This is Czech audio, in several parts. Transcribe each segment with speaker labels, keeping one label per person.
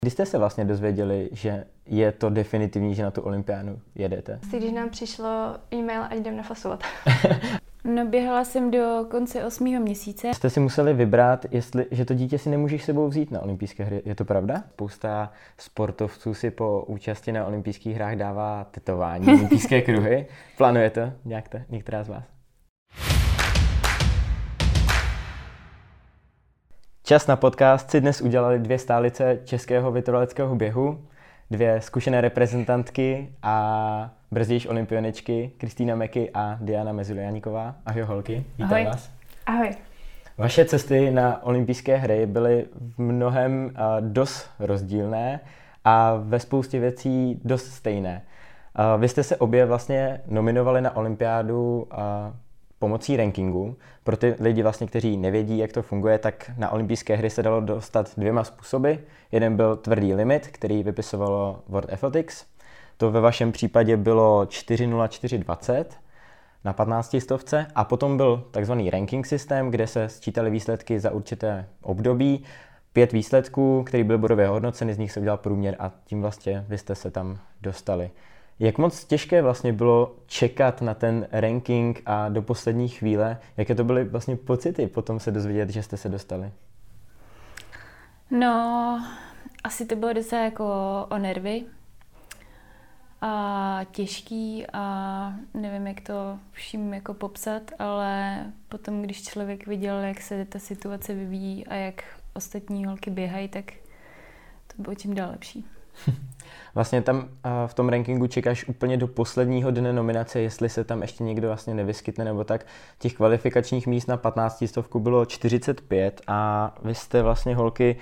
Speaker 1: Kdy jste se vlastně dozvěděli, že je to definitivní, že na tu olympiádu jedete?
Speaker 2: Když nám přišlo e-mail, ať jdem nafasovat.
Speaker 3: No, běhala jsem do konce 8. měsíce.
Speaker 1: Jste si museli vybrat, že to dítě si nemůžeš sebou vzít na olympijské hry. Je to pravda? Spousta sportovců si po účasti na olympijských hrách dává tetování, olympijské kruhy. Plánujete některá z vás? Čas na podcast si dnes udělali dvě stálice českého vytrvaleckého běhu, dvě zkušené reprezentantky a brzy již olympioničky Kristýna Meky a Diana Mezulianíková. Ahoj holky, vítám
Speaker 2: Ahoj.
Speaker 1: vás.
Speaker 2: Ahoj.
Speaker 1: Vaše cesty na olympijské hry byly v mnohem dost rozdílné a ve spoustě věcí dost stejné. Vy jste se obě vlastně nominovali na olympiádu pomocí rankingu. Pro ty lidi, vlastně, kteří nevědí, jak to funguje, tak na olympijské hry se dalo dostat dvěma způsoby. Jeden byl tvrdý limit, který vypisovalo World Athletics. To ve vašem případě bylo 4.04.20 na 15 stovce. A potom byl takzvaný ranking systém, kde se sčítaly výsledky za určité období. 5 výsledků, které byly bodově hodnoceny, z nich se udělal průměr a tím vlastně vy jste se tam dostali. Jak moc těžké vlastně bylo čekat na ten ranking a do poslední chvíle? Jaké to byly vlastně pocity potom se dozvědět, že jste se dostali?
Speaker 3: No, asi to bylo docela jako o nervy a těžký a nevím, jak to vším jako popsat, ale potom, když člověk viděl, jak se ta situace vyvíjí a jak ostatní holky běhají, tak to bylo čím dál lepší.
Speaker 1: Vlastně tam v tom rankingu čekáš úplně do posledního dne nominace, jestli se tam ještě někdo vlastně nevyskytne nebo tak. Těch kvalifikačních míst na 15 stovku bylo 45 a vy jste vlastně holky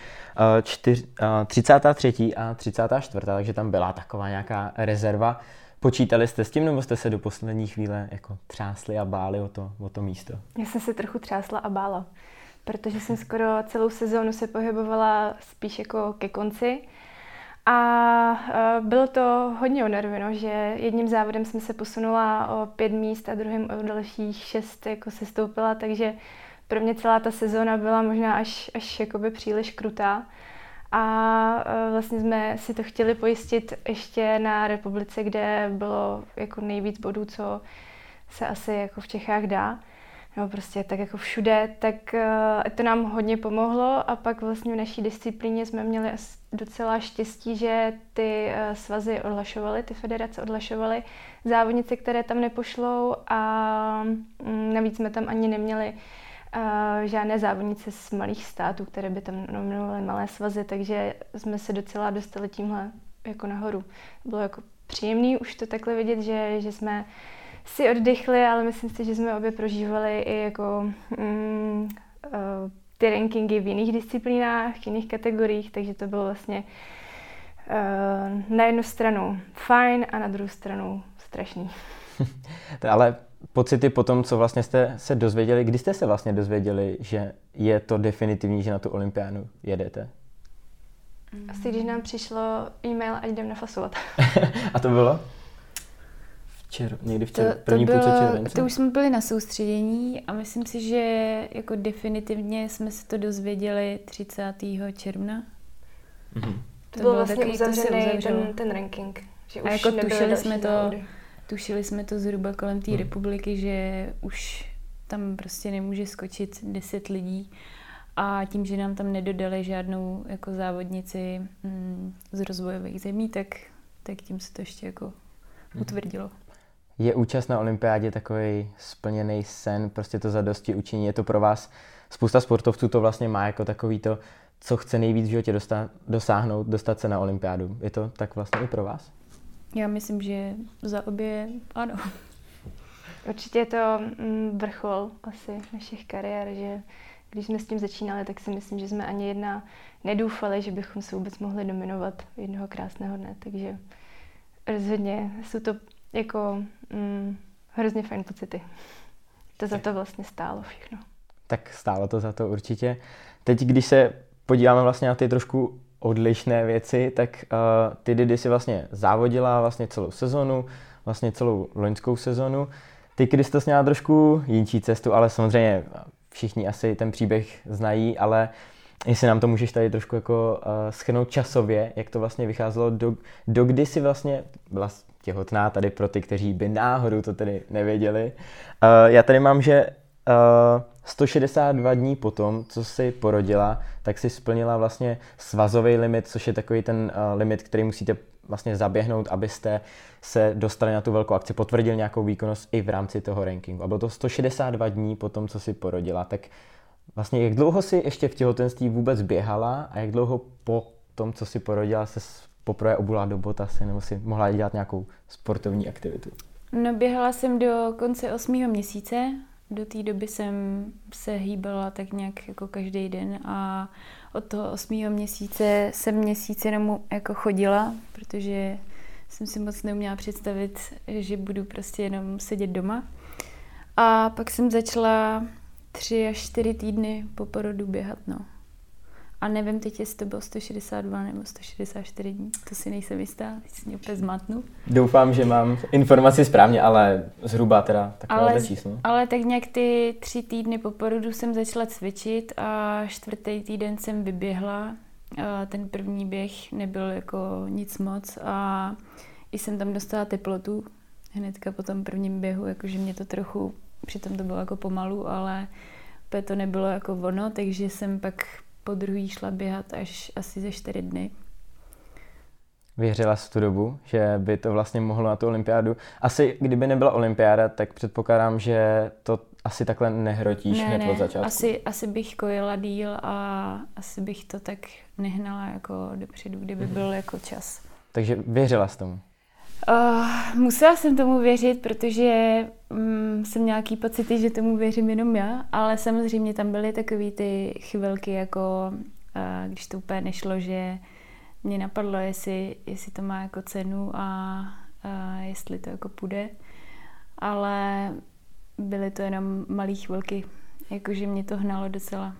Speaker 1: 33. a 34. takže tam byla taková nějaká rezerva. Počítali jste s tím, nebo jste se do poslední chvíle jako třásli a báli o to místo?
Speaker 2: Já jsem se trochu třásla a bála, protože jsem skoro celou sezónu se pohybovala spíš jako ke konci. A bylo to hodně o nervy, no, že jedním závodem jsem se posunula o 5 míst a druhým o dalších 6 jako se stoupila, takže pro mě celá ta sezóna byla možná až jakoby příliš krutá. A vlastně jsme si to chtěli pojistit ještě na republice, kde bylo jako nejvíc bodů, co se asi jako v Čechách dá. No prostě tak jako všude, tak to nám hodně pomohlo a pak vlastně v naší disciplíně jsme měli docela štěstí, že ty svazy odhlašovaly, ty federace odhlašovaly závodnice, které tam nepošlou a navíc jsme tam ani neměli žádné závodnice z malých států, které by tam nominovaly malé svazy, takže jsme se docela dostali tímhle jako nahoru. Bylo jako příjemný už to takhle vidět, že jsme si oddechli, ale myslím si, že jsme obě prožívali i jako ty rankingy v jiných disciplínách, v jiných kategoriích, takže to bylo vlastně na jednu stranu fajn a na druhou stranu strašný.
Speaker 1: Ale pocity po tom, co vlastně jste se dozvěděli, kdy jste se vlastně dozvěděli, že je to definitivní, že na tu olympiádu jedete?
Speaker 2: Asi když nám přišlo e-mail, ať jdem nafasovat.
Speaker 1: A to bylo? Někdy v první půlce července?
Speaker 3: To už jsme byli na soustředění a myslím si, že jako definitivně jsme se to dozvěděli 30. června.
Speaker 2: Mm-hmm. To bylo vlastně uzavřený ten ranking. Že
Speaker 3: a
Speaker 2: už
Speaker 3: jako tušili jsme to zhruba kolem té republiky, že už tam prostě nemůže skočit 10 lidí. A tím, že nám tam nedodali žádnou jako závodnici z rozvojových zemí, tak tím se to ještě jako utvrdilo.
Speaker 1: Je účast na olympiádě takový splněný sen, prostě to zadosti učiní. Je to pro vás, spousta sportovců to vlastně má jako takový to, co chce nejvíc v životě dosáhnout, dostat se na olympiádu. Je to tak vlastně i pro vás?
Speaker 3: Já myslím, že za obě ano.
Speaker 2: Určitě je to vrchol asi našich kariér, že když jsme s tím začínali, tak si myslím, že jsme ani jedna nedoufali, že bychom se vůbec mohli nominovat jednoho krásného dne, takže rozhodně jsou to jako hrozně fajn pocity. To za to vlastně stálo všechno.
Speaker 1: Tak stálo to za to určitě. Teď, když se podíváme vlastně na ty trošku odlišné věci, tak ty Didi si vlastně závodila vlastně celou sezonu, vlastně celou loňskou sezonu. Ty, když jsi měla trošku jinčí cestu, ale samozřejmě všichni asi ten příběh znají, ale jestli nám to můžeš tady trošku jako shrnout časově, jak to vlastně vycházelo, do kdy jsi vlastně byla těhotná, tady pro ty, kteří by náhodou to tedy nevěděli. Já tady mám, že 162 dní potom, co jsi porodila, tak si splnila vlastně svazový limit, což je takový ten limit, který musíte vlastně zaběhnout, abyste se dostali na tu velkou akci, potvrdil nějakou výkonnost i v rámci toho rankingu. A bylo to 162 dní potom, co jsi porodila. Tak vlastně jak dlouho jsi ještě v těhotenství vůbec běhala a jak dlouho po tom, co jsi porodila, se poprvé obula do botasy nebo si mohla dělat nějakou sportovní aktivitu?
Speaker 3: No, běhala jsem do konce 8. měsíce. Do té doby jsem se hýbala tak nějak jako každý den a od toho 8. měsíce jsem měsíc jenom jako chodila, protože jsem si moc neuměla představit, že budu prostě jenom sedět doma. A pak jsem začala 3 až 4 týdny po porodu běhat, no. A nevím teď, jestli to bylo 162 nebo 164 dní, to si nejsem jistá, teď si mě úplně zmátnu.
Speaker 1: Doufám, že mám informaci správně, ale zhruba teda takové číslo.
Speaker 3: Ale tak nějak ty 3 týdny po porodu jsem začala cvičit a 4. týden jsem vyběhla. A ten první běh nebyl jako nic moc a i jsem tam dostala teplotu hnedka po tom prvním běhu, jakože mě to trochu, přitom to bylo jako pomalu, ale úplně to nebylo jako ono, takže jsem pak po druhý šla běhat až asi za 4 dny.
Speaker 1: Věřila jsi v tu dobu, že by to vlastně mohlo na tu olympiádu? Asi kdyby nebyla olympiáda, tak předpokládám, že to asi takhle nehrotíš hned od začátku.
Speaker 3: Asi bych kojila díl a asi bych to tak nehnala jako dopředu, kdyby byl jako čas.
Speaker 1: Takže věřila jsi tomu?
Speaker 3: Musela jsem tomu věřit, protože jsem měla nějaký pocity, že tomu věřím jenom já, ale samozřejmě tam byly takový ty chvilky, jako když to úplně nešlo, že mě napadlo, jestli to má jako cenu a jestli to jako půjde, ale byly to jenom malé chvilky, jakože mě to hnalo docela.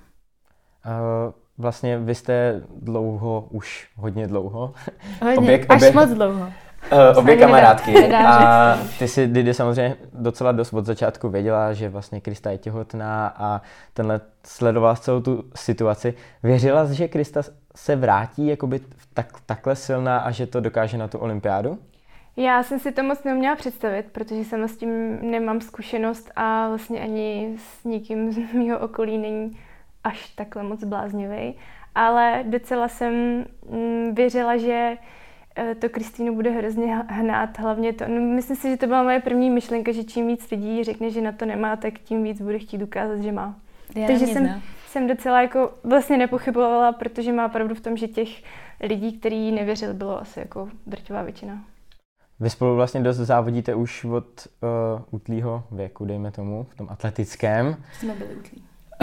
Speaker 1: Vlastně vy jste dlouho, už hodně dlouho.
Speaker 3: Až moc dlouho.
Speaker 1: Obě kamarádky. A ty si, Didy, samozřejmě docela dost od začátku věděla, že vlastně Krista je těhotná a tenhle sledovala celou tu situaci. Věřila jsi, že Krista se vrátí jakoby takhle silná a že to dokáže na tu olympiádu?
Speaker 2: Já jsem si to moc neuměla představit, protože sama s tím nemám zkušenost a vlastně ani s nikým z mého okolí není až takhle moc bláznivý. Ale docela jsem věřila, že to Kristýnu bude hrozně hnát, hlavně to. No, myslím si, že to byla moje první myšlenka, že čím víc lidí řekne, že na to nemá, tak tím víc bude chtít ukázat, že má. Takže jsem docela jako vlastně nepochybovala, protože má pravdu v tom, že těch lidí, kteří nevěřili, bylo asi jako drtivá většina.
Speaker 1: Vy spolu vlastně dost závodíte už od útlýho věku, dejme tomu, v tom atletickém.
Speaker 3: Jsme byli útlí.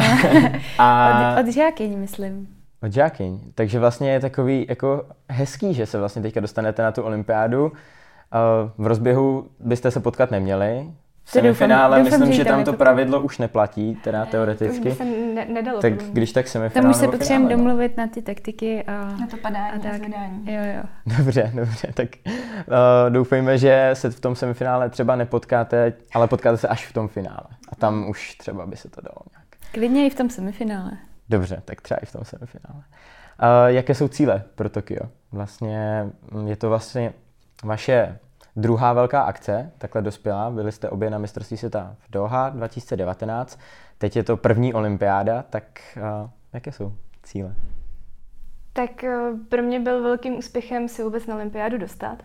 Speaker 3: Od žákyň, myslím.
Speaker 1: Od žákyň. Takže vlastně je takový jako hezký, že se vlastně teďka dostanete na tu olympiádu. V rozběhu byste se potkat neměli. V semifinále myslím, že tam to pravidlo už neplatí, teda teoreticky.
Speaker 2: To už by se nedalo.
Speaker 1: Tak když tak semifinále.
Speaker 3: Tam už se potřebujeme domluvit na ty taktiky a
Speaker 2: na to padání a zvedání.
Speaker 3: Jo.
Speaker 1: Dobře, tak doufejme, že se v tom semifinále třeba nepotkáte, ale potkáte se až v tom finále. A tam už třeba by se to dalo nějak.
Speaker 3: Klidně i v tom semifinále.
Speaker 1: Dobře, tak třeba i v tom semifinále. Jaké jsou cíle pro Tokio? Vlastně je to vlastně vaše druhá velká akce, takhle dospělá. Byli jste obě na mistrovství světa v Doha 2019. Teď je to první olympiáda, tak jaké jsou cíle?
Speaker 2: Tak pro mě byl velkým úspěchem si vůbec na olympiádu dostat.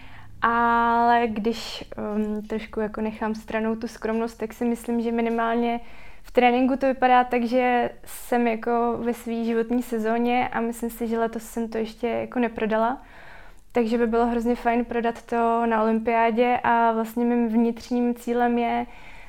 Speaker 2: Ale když trošku jako nechám stranou tu skromnost, tak si myslím, že minimálně v tréninku to vypadá tak, že jsem jako ve své životní sezóně a myslím si, že letos jsem to ještě jako neprodala. Takže by bylo hrozně fajn prodat to na olympiádě a vlastně mým vnitřním cílem je,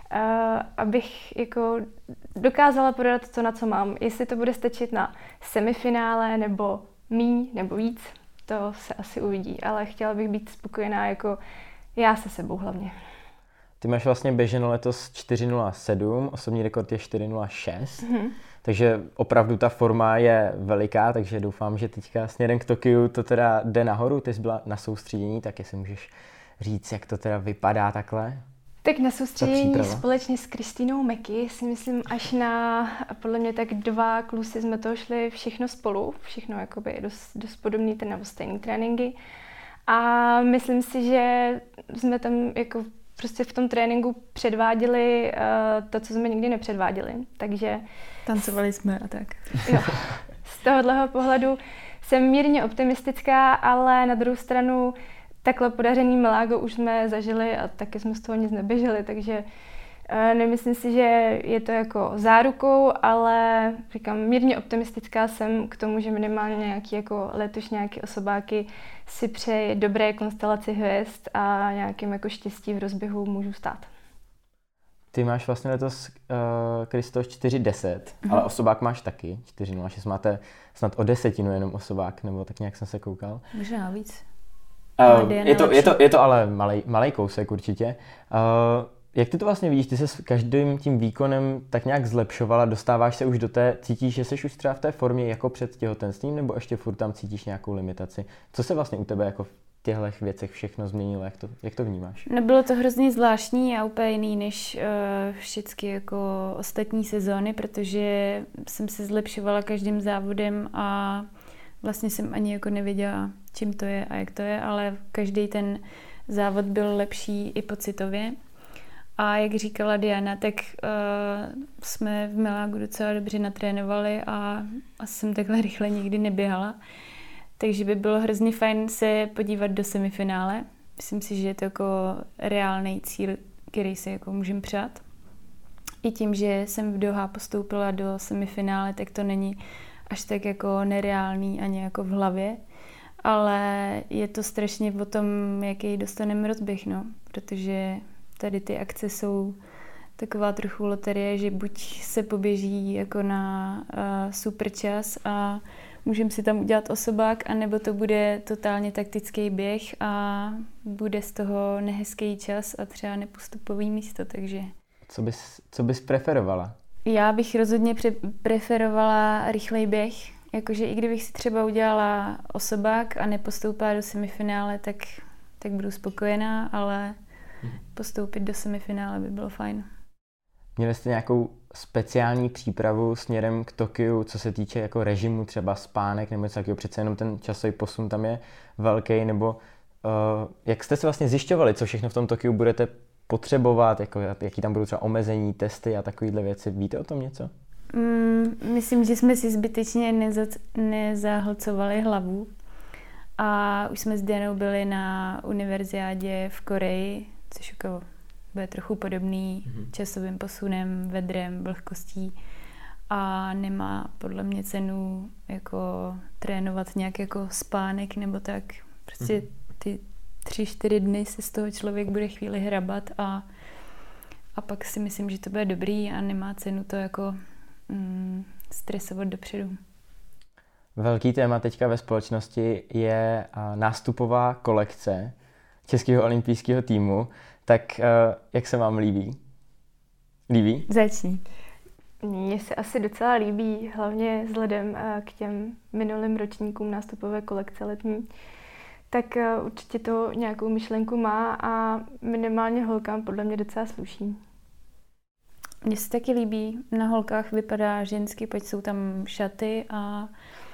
Speaker 2: abych jako dokázala prodat to, na co mám. Jestli to bude stačit na semifinále nebo míň nebo víc, to se asi uvidí, ale chtěla bych být spokojená jako já se sebou hlavně.
Speaker 1: Ty máš vlastně běženo letos 4.07, osobní rekord je 4.06, takže opravdu ta forma je veliká, takže doufám, že teďka směrem k Tokiu to teda jde nahoru. Ty jsi byla na soustředění, tak jestli můžeš říct, jak to teda vypadá takhle?
Speaker 2: Tak na soustředění společně s Kristýnou Meky si myslím až na podle mě tak 2 klusy jsme to šli všechno spolu, všechno jakoby dost podobný nebo stejný tréninky. A myslím si, že jsme tam jako prostě v tom tréninku předváděli to, co jsme nikdy nepředváděli. Takže
Speaker 3: tancovali jsme a tak.
Speaker 2: Jo, z tohohle pohledu jsem mírně optimistická, ale na druhou stranu takhle podařený Milágo už jsme zažili a taky jsme z toho nic neběželi, takže nemyslím si, že je to jako zárukou, ale říkám, mírně optimistická jsem k tomu, že minimálně nějaký jako letos nějaký osobáky si přeji dobré konstelaci hvězd a nějakým jako štěstí v rozběhu můžu stát.
Speaker 1: Ty máš vlastně letos, Kristoš, 4:10, ale osobák máš taky 4:06. Máte snad o 10 jenom osobák, nebo tak nějak jsem se koukal.
Speaker 3: Možná víc.
Speaker 1: Je to ale malej kousek určitě. Jak ty to vlastně vidíš? Ty se s každým tím výkonem tak nějak zlepšovala, dostáváš se už do té, cítíš, že jsi už třeba v té formě jako před těhotenstvím, nebo ještě furt tam cítíš nějakou limitaci? Co se vlastně u tebe jako v těchto věcech všechno změnilo? Jak to vnímáš?
Speaker 3: No, bylo to hrozně zvláštní a úplně jiný než všechny jako ostatní sezóny, protože jsem se zlepšovala každým závodem a vlastně jsem ani jako nevěděla, čím to je a jak to je, ale každý ten závod byl lepší i pocitově. A jak říkala Diana, tak jsme v Milágu docela dobře natrénovali a asi jsem takhle rychle nikdy neběhala. Takže by bylo hrozně fajn se podívat do semifinále. Myslím si, že je to jako reálný cíl, který si jako můžeme přát. I tím, že jsem v Doha postoupila do semifinále, tak to není až tak jako nereálný ani jako v hlavě. Ale je to strašně o tom, jaký dostaneme rozběh, no. Protože tady ty akce jsou taková trochu loterie, že buď se poběží jako na super čas a můžeme si tam udělat osobák, anebo to bude totálně taktický běh a bude z toho nehezký čas a třeba nepostupový místo, takže...
Speaker 1: Co bys preferovala?
Speaker 3: Já bych rozhodně preferovala rychlej běh, jakože i kdybych si třeba udělala osobák a nepostoupila do semifinále, tak budu spokojená, ale postoupit do semifinále by bylo fajn.
Speaker 1: Měli jste nějakou speciální přípravu směrem k Tokiu, co se týče jako režimu, třeba spánek nebo něco takového? Přece jenom ten časový posun tam je velký, nebo jak jste si vlastně zjišťovali, co všechno v tom Tokiu budete potřebovat, jako, jaký tam budou třeba omezení, testy a takovéhle věci? Víte o tom něco?
Speaker 3: Myslím, že jsme si zbytečně nezahlcovali hlavu a už jsme s Dianou byli na univerziádě v Koreji, což jako bude trochu podobný časovým posunem, vedrem, vlhkostí a nemá podle mě cenu jako trénovat nějak jako spánek nebo tak. Prostě ty 3-4 dny se z toho člověk bude chvíli hrabat a pak si myslím, že to bude dobrý a nemá cenu to jako stresovat dopředu.
Speaker 1: Velký téma teďka ve společnosti je nástupová kolekce českého olympijského týmu. Tak jak se vám líbí? Líbí?
Speaker 3: Začni.
Speaker 2: Mně se asi docela líbí, hlavně vzhledem k těm minulým ročníkům nástupové kolekce letní. Tak určitě to nějakou myšlenku má a minimálně holkám podle mě docela sluší.
Speaker 3: Mně se taky líbí, na holkách vypadá žensky, pojď jsou tam šaty a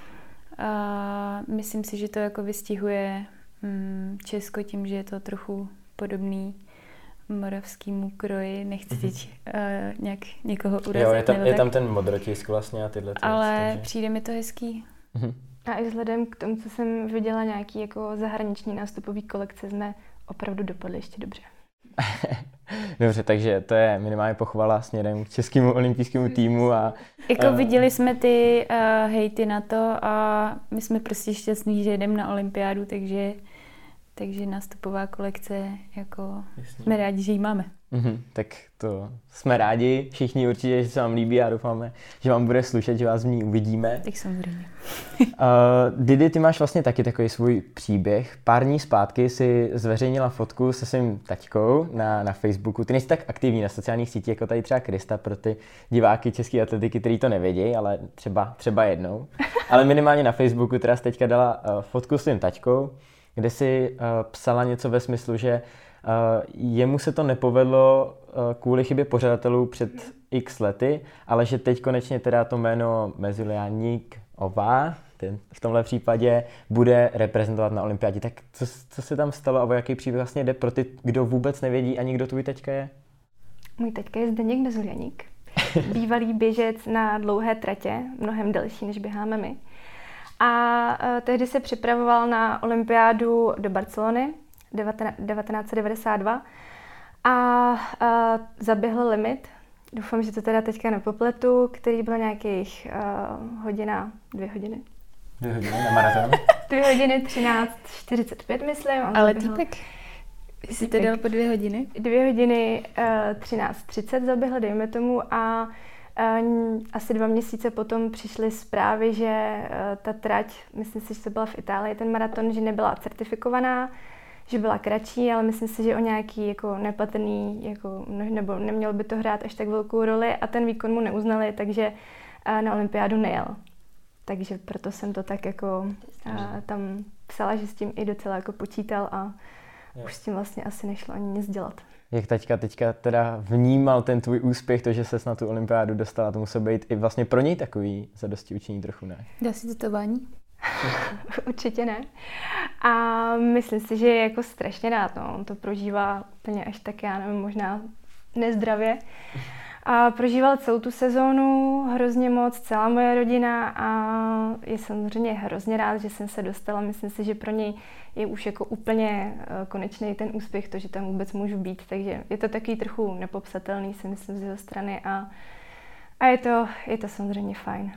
Speaker 3: myslím si, že to jako vystihuje Česko tím, že je to trochu podobný moravskému kroji, nechci teď nějak někoho urazit.
Speaker 1: Jo, je tam ten modrotisk vlastně a tyhle.
Speaker 3: Ale takže přijde mi to hezký.
Speaker 2: A i vzhledem k tomu, co jsem viděla nějaký jako zahraniční nástupový kolekce, jsme opravdu dopadli ještě dobře.
Speaker 1: Dobře, takže to je minimálně pochvala směrem k českému olympijskému týmu.
Speaker 3: Jako viděli jsme ty hejty na to a my jsme prostě šťastní, že jdeme na olympiádu, takže nástupová kolekce, jako jsme rádi, že ji máme.
Speaker 1: Tak to jsme rádi, všichni určitě, že se vám líbí a doufáme, že vám bude slušet, že vás v ní uvidíme.
Speaker 3: Tak samozřejmě.
Speaker 1: Didi, ty máš vlastně taky takový svůj příběh. Pár dní zpátky si zveřejnila fotku se svým taťkou na Facebooku. Ty nejsi tak aktivní na sociálních sítích, jako tady třeba Krista, pro ty diváky české atletiky, kteří to nevědí, ale třeba jednou. Ale minimálně na Facebooku teda jsi teďka dala fotku s svým taťkou. kde si psala něco ve smyslu, že jemu se to nepovedlo kvůli chybě pořadatelů před x lety, ale že teď konečně teda to jméno Meziláníková v tomhle případě bude reprezentovat na olympiádě. Tak co se tam stalo a o jaký příběh vlastně jde pro ty, kdo vůbec nevědí ani kdo tvůj teďka je?
Speaker 2: Můj teďka je Zdeněk Meziláník, bývalý běžec na dlouhé tratě, mnohem delší, než běháme my. A tehdy se připravoval na olympiádu do Barcelony 1992 a zaběhl limit. Doufám, že to teda teďka nepopletu, který byl nějakých 2 hodiny.
Speaker 1: 2 hodiny na maraton?
Speaker 2: 2 hodiny 13:45, myslím.
Speaker 3: Ale týpek, jsi to dal po 2 hodiny?
Speaker 2: 2 hodiny 13:30 zaběhl, dejme tomu, a asi 2 měsíce potom přišly zprávy, že ta trať, myslím si, že to byla v Itálii, ten maraton, že nebyla certifikovaná, že byla kratší, ale myslím si, že o nějaký jako nepatrný, jako, nebo nemělo by to hrát až tak velkou roli a ten výkon mu neuznali, takže na olympiádu nejel. Takže proto jsem to tak jako tam psala, že s tím i docela jako počítal a už s tím vlastně asi nešlo ani nic dělat.
Speaker 1: Jak teďka teda vnímal ten tvůj úspěch, to, že ses na tu olympiádu dostala, to muselo být i vlastně pro něj takový zadostiučinění trochu, ne?
Speaker 3: Dá si tetování?
Speaker 2: Určitě ne. A myslím si, že je jako strašně rád. No. On to prožívá úplně až tak, já nevím, možná nezdravě. A prožíval celou tu sezónu hrozně moc, celá moje rodina a je samozřejmě hrozně rád, že jsem se dostala. Myslím si, že pro něj je už jako úplně konečný ten úspěch, to, že tam vůbec můžu být. Takže je to takový trochu nepopsatelný, si myslím, z jeho strany a je to samozřejmě fajn.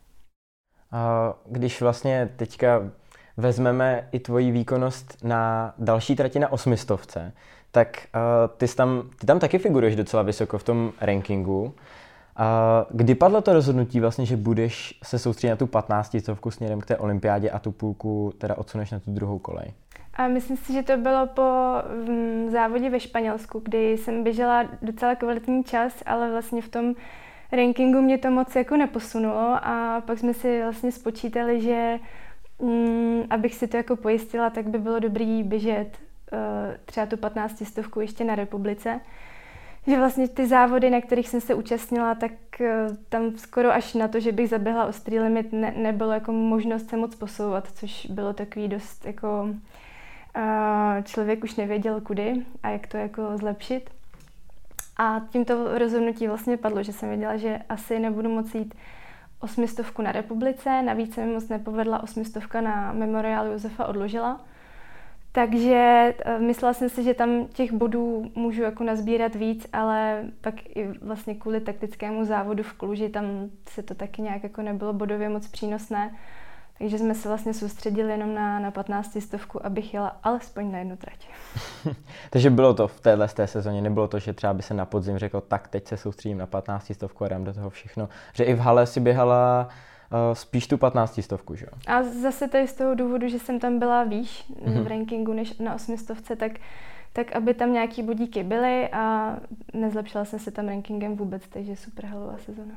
Speaker 1: Když vlastně teďka vezmeme i tvoji výkonnost na další trati na 800, tak ty tam taky figuruješ docela vysoko v tom rankingu. Kdy padlo to rozhodnutí vlastně, že budeš se soustředit na tu 1500 směrem k té olympiádě a tu půlku teda odsuneš na tu druhou kolej?
Speaker 2: A myslím si, že to bylo po závodě ve Španělsku, kdy jsem běžela docela kvalitní čas, ale vlastně v tom rankingu mě to moc jako neposunulo a pak jsme si vlastně spočítali, že abych si to jako pojistila, tak by bylo dobrý běžet třeba tu 1500 ještě na republice. Že vlastně ty závody, na kterých jsem se účastnila, tak tam skoro až na to, že bych zaběhla ostrý limit, nebylo jako možnost se moc posouvat, což bylo takový dost jako člověk už nevěděl kudy a jak to jako zlepšit. A tímto rozhodnutí vlastně padlo, že jsem věděla, že asi nebudu moci jít 800 na republice, navíc se mi moc nepovedla 800 na memoriálu Josefa Odložila. Takže myslela jsem si, že tam těch bodů můžu jako nazbírat víc, ale pak i vlastně kvůli taktickému závodu v Kluži, tam se to taky nějak jako nebylo bodově moc přínosné. Takže jsme se vlastně soustředili jenom na 1500, abych jela alespoň na jednu trať.
Speaker 1: Takže bylo to v té sezóně, nebylo to, že třeba by se na podzim řekl, tak teď se soustředím na 1500 a dám do toho všechno. Že i v hale si běhala spíš tu 1500, že jo?
Speaker 2: A zase to je z toho důvodu, že jsem tam byla výš v rankingu než na 800, tak aby tam nějaký bodíky byly a nezlepšila jsem se tam rankingem vůbec, takže super halová sezona.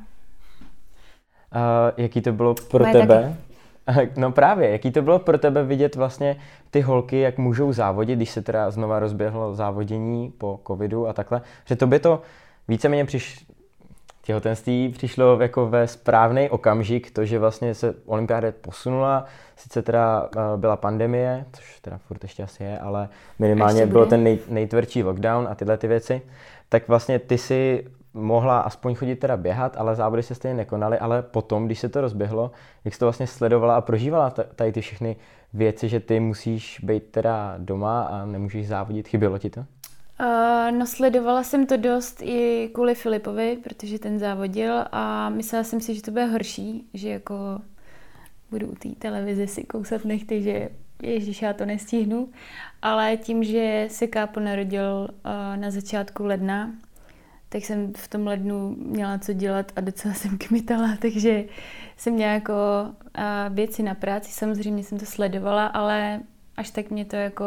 Speaker 1: Jaký to bylo pro tebe? Taky. No právě, jaký to bylo pro tebe vidět vlastně ty holky, jak můžou závodit, když se teda znova rozběhlo závodění po covidu a takhle, že tobě to víceméně těhotenství přišlo jako ve správný okamžik, to, že vlastně se olympiáda posunula, sice teda byla pandemie, což teda furt ještě asi je, ale minimálně bylo ten nejtvrdší lockdown a tyhle ty věci, tak vlastně ty si mohla aspoň chodit teda běhat, ale závody se stejně nekonaly, ale potom, když se to rozběhlo, jak jsi to vlastně sledovala a prožívala tady ty všechny věci, že ty musíš být teda doma a nemůžeš závodit, chybělo ti to?
Speaker 3: No sledovala jsem to dost i kvůli Filipovi, protože ten závodil a myslela jsem si, že to bude horší, že jako budu u té televize si kousat nechty, že ježiš, já to nestihnu, ale tím, že se Kápo narodil na začátku ledna, tak jsem v tom lednu měla co dělat a docela jsem kmitala, takže jsem měla jako věci na práci, samozřejmě jsem to sledovala, ale až tak mě to jako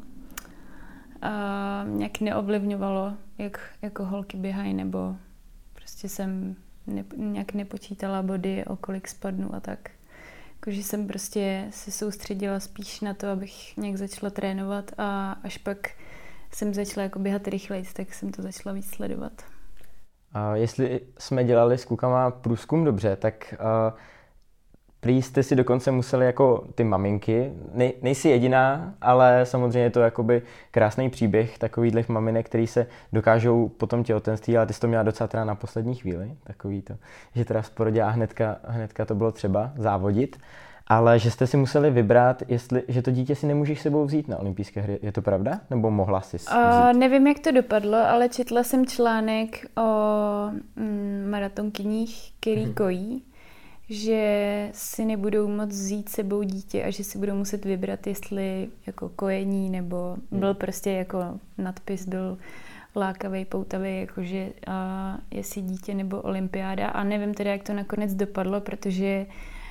Speaker 3: nějak neovlivňovalo, jak jako holky běhají, nebo prostě jsem nějak nepočítala body, o kolik spadnu a tak. Jakože jsem prostě se soustředila spíš na to, abych nějak začala trénovat a až pak jsem začala jako běhat rychleji, tak jsem to začala víc sledovat.
Speaker 1: A jestli jsme dělali s klukama průzkum dobře, tak prý jste si dokonce museli jako ty maminky, nejsi jediná, ale samozřejmě je to jakoby krásný příběh takových maminek, který se dokážou po tom těhotenství, ale ty jsi to měla docela teda na poslední chvíli, takový to, že teda v porodě a hnedka to bylo třeba závodit, ale že jste si museli vybrat, že to dítě si nemůžeš sebou vzít na olympijské hry. Je to pravda? Nebo mohla si vzít?
Speaker 3: Nevím, jak to dopadlo, ale četla jsem článek o maratonkyních, který kojí, že si nebudou moc vzít sebou dítě a že si budou muset vybrat, jestli jako kojení, nebo byl prostě jako nadpis, byl lákavý, poutavý, jakože jestli dítě nebo olympiáda. A nevím teda, jak to nakonec dopadlo, protože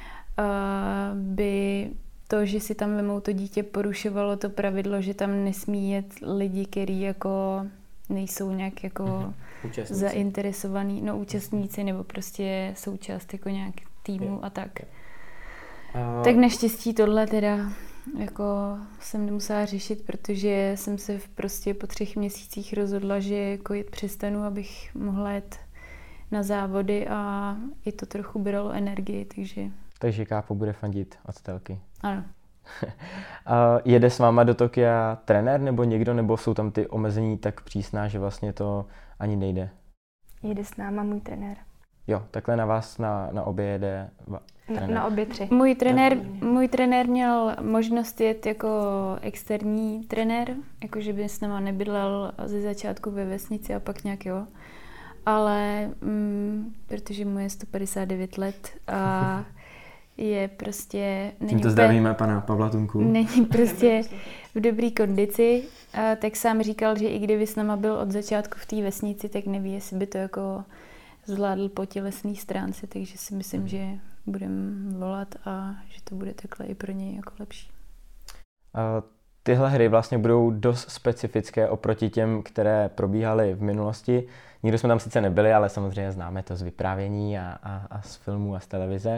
Speaker 3: by to, že si tam vemou to dítě, porušovalo to pravidlo, že tam nesmí jet lidi, kteří jako nejsou nějak jako zainteresovaný, účastníci nebo prostě součást jako nějak týmu a tak. Tak naštěstí tohle teda jako jsem nemusela řešit, protože jsem se prostě po 3 měsících rozhodla, že kojit přestanu, abych mohla jet na závody a i to trochu bralo energii,
Speaker 1: Takže Kápo bude fandit od Stelky.
Speaker 3: Ano.
Speaker 1: Jede s váma do Tokia trenér nebo někdo, nebo jsou tam ty omezení tak přísná, že vlastně to ani nejde?
Speaker 2: Jede s náma můj trenér.
Speaker 1: Jo, takhle na vás na obě jede trenér.
Speaker 2: Na obě 3.
Speaker 3: Můj trenér měl možnost jet jako externí trenér, jakože by s náma nebydlel ze začátku ve vesnici a pak nějak jo. Ale protože mu je 159 let a je prostě...
Speaker 1: Tímto zdravíme pana Pavla Tunku.
Speaker 3: Není prostě v dobré kondici, tak sám říkal, že i kdyby s náma byl od začátku v té vesnici, tak neví, jestli by to jako zvládl po tělesné stránce, takže si myslím, že budeme volat a že to bude takhle i pro něj jako lepší.
Speaker 1: Tyhle hry vlastně budou dost specifické oproti těm, které probíhaly v minulosti. Nikdo jsme tam sice nebyli, ale samozřejmě známe to z vyprávění a z filmů a z televize.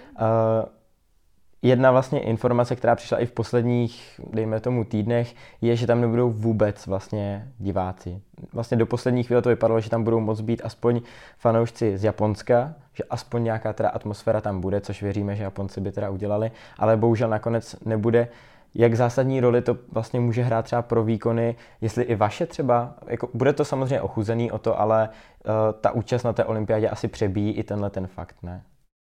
Speaker 1: Jedna vlastně informace, která přišla i v posledních, dejme tomu, týdnech, je, že tam nebudou vůbec vlastně diváci. Vlastně do poslední chvíle to vypadalo, že tam budou moct být aspoň fanoušci z Japonska, že aspoň nějaká teda atmosféra tam bude, což věříme, že Japonci by teda udělali, ale bohužel nakonec nebude. Jak zásadní roli to vlastně může hrát třeba pro výkony, jestli i vaše třeba, jako bude to samozřejmě ochuzený o to, ale ta účast na té olympiádě asi přebíjí i tenhle ten fakt, ne?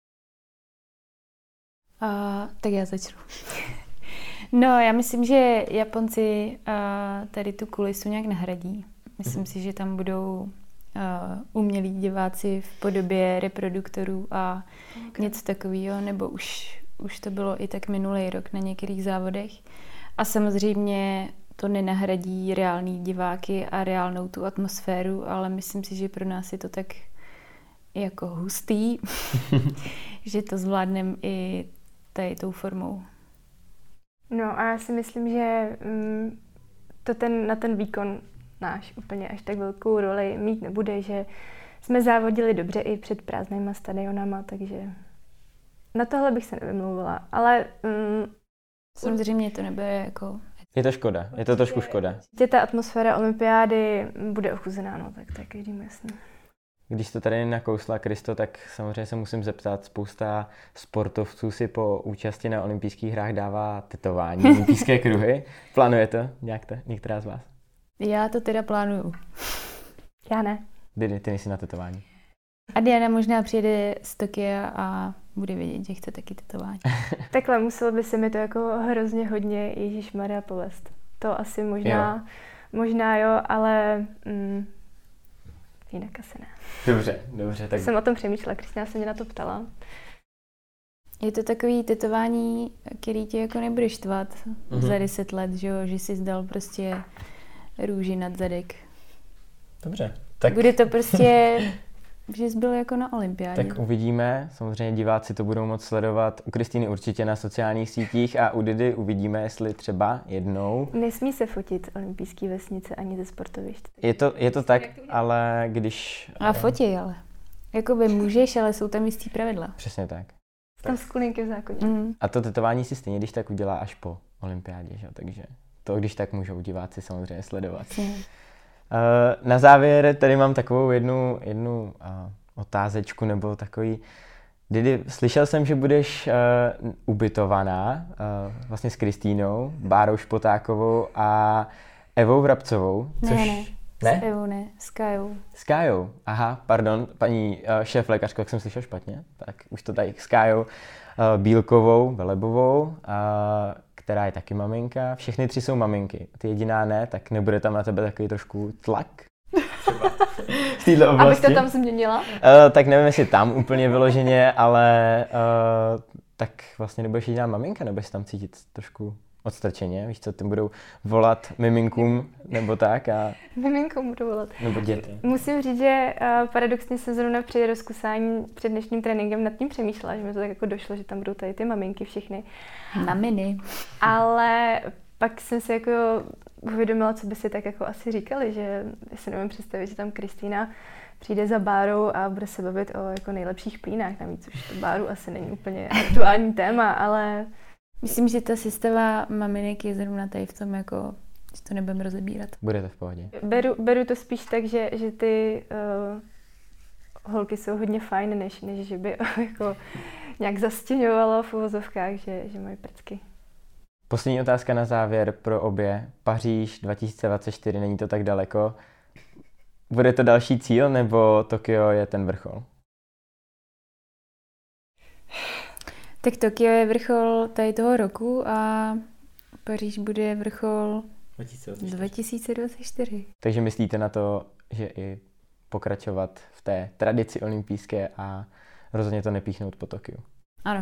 Speaker 3: Tak já začnu. No, já myslím, že Japonci tady tu kulisu nějak nahradí. Myslím si, že tam budou umělí diváci v podobě reproduktorů a něco takového, nebo už to bylo i tak minulý rok na některých závodech. A samozřejmě to nenahradí reální diváky a reálnou tu atmosféru, ale myslím si, že pro nás je to tak jako hustý, že to zvládneme i tady tou formou.
Speaker 2: No a já si myslím, že na ten výkon náš úplně až tak velkou roli mít nebude, že jsme závodili dobře i před prázdnýma stadionama, takže na tohle bych se nevymlouvala, ale...
Speaker 3: Samozřejmě to nebude jako...
Speaker 1: Je to škoda, je to trošku škoda.
Speaker 2: Ta atmosféra olympiády bude ochuzená, no tak to je každému jasný.
Speaker 1: Když to tady nakousla Kristo, tak samozřejmě se musím zeptat, spousta sportovců si po účasti na olympijských hrách dává tetování, olympijské kruhy. Plánuje to některá z vás?
Speaker 3: Já to teda plánuju.
Speaker 2: Já ne.
Speaker 1: Didi, ty nejsi na tetování.
Speaker 3: A Diana možná přijede z Tokia a bude vědět, že chce taky tetování.
Speaker 2: Takhle muselo by se mi to jako hrozně hodně Ježišmarja povést. To asi možná jo, ale jinak asi ne.
Speaker 1: Dobře. Tak...
Speaker 2: Jsem o tom přemýšlela, Kristina se mě na to ptala.
Speaker 3: Je to takový tetování, který tě jako nebude štvat za 10 let, že jsi zdal prostě růži nad zadek.
Speaker 1: Dobře. Tak...
Speaker 3: Bude to prostě, že jsi byl jako na olympiádě.
Speaker 1: Tak uvidíme, samozřejmě diváci to budou moct sledovat u Kristýny určitě na sociálních sítích a u Didy uvidíme, jestli třeba jednou.
Speaker 2: Nesmí se fotit olympijský vesnice ani ze sportovišť.
Speaker 1: Je to tak, ale když...
Speaker 3: A fotí, ale. Jakoby můžeš, ale jsou tam jistý pravidla.
Speaker 1: Přesně tak.
Speaker 2: Tam skulinky v zákoně.
Speaker 1: A to tetování si stejně když tak udělá až po olympiádě, že? Takže to když tak můžou diváci samozřejmě sledovat. Na závěr tady mám takovou jednu otázečku nebo takový. Didi, slyšel jsem, že budeš ubytovaná vlastně s Kristýnou, Bárou Špotákovou a Evou Vrabcovou.
Speaker 3: Ne? S Evou ne, s Kajou.
Speaker 1: S Kajou, aha, pardon, paní šéflékařko, jak jsem slyšel špatně, tak už to tady s Kajou Bílkovou, Velebovou, která je taky maminka. Všechny 3 jsou maminky, ty jediná ne, tak nebude tam na tebe takový trošku tlak? V této oblasti.
Speaker 2: Abych to tam změnila?
Speaker 1: Tak nevím, jestli tam úplně vyloženě, ale tak vlastně nebudeš jediná maminka, nebudeš tam cítit trošku odstrčeně, víš co, ty budou volat miminkům nebo tak a...
Speaker 2: Miminkům budou volat.
Speaker 1: Nebo děti.
Speaker 2: Musím říct, že paradoxně jsem zrovna při rozkusání před dnešním tréninkem nad tím přemýšlela, že mi to tak jako došlo, že tam budou tady ty maminky všechny.
Speaker 3: Maminy.
Speaker 2: Ale pak jsem si jako uvědomila, co by si tak jako asi říkali, že si nevím představit, že tam Kristýna přijde za Bárou a bude se bavit o jako nejlepších plínách. Navíc už to Báru asi není úplně aktuální téma, ale...
Speaker 3: Myslím, že ta sestava maminek je zrovna tady v tom, jako, že to nebudeme rozebírat.
Speaker 1: Bude to v pohodě.
Speaker 2: Beru to spíš tak, že ty holky jsou hodně fajn, než že by jako nějak zastěňovalo v uvozovkách, že mají prcky.
Speaker 1: Poslední otázka na závěr pro obě. Paříž 2024, není to tak daleko. Bude to další cíl, nebo Tokio je ten vrchol?
Speaker 3: Tak Tokio je vrchol tady toho roku a Paříž bude vrchol 2024.
Speaker 1: Takže myslíte na to, že i pokračovat v té tradici olympijské a rozhodně to nepíchnout po Tokiu?
Speaker 3: Ano.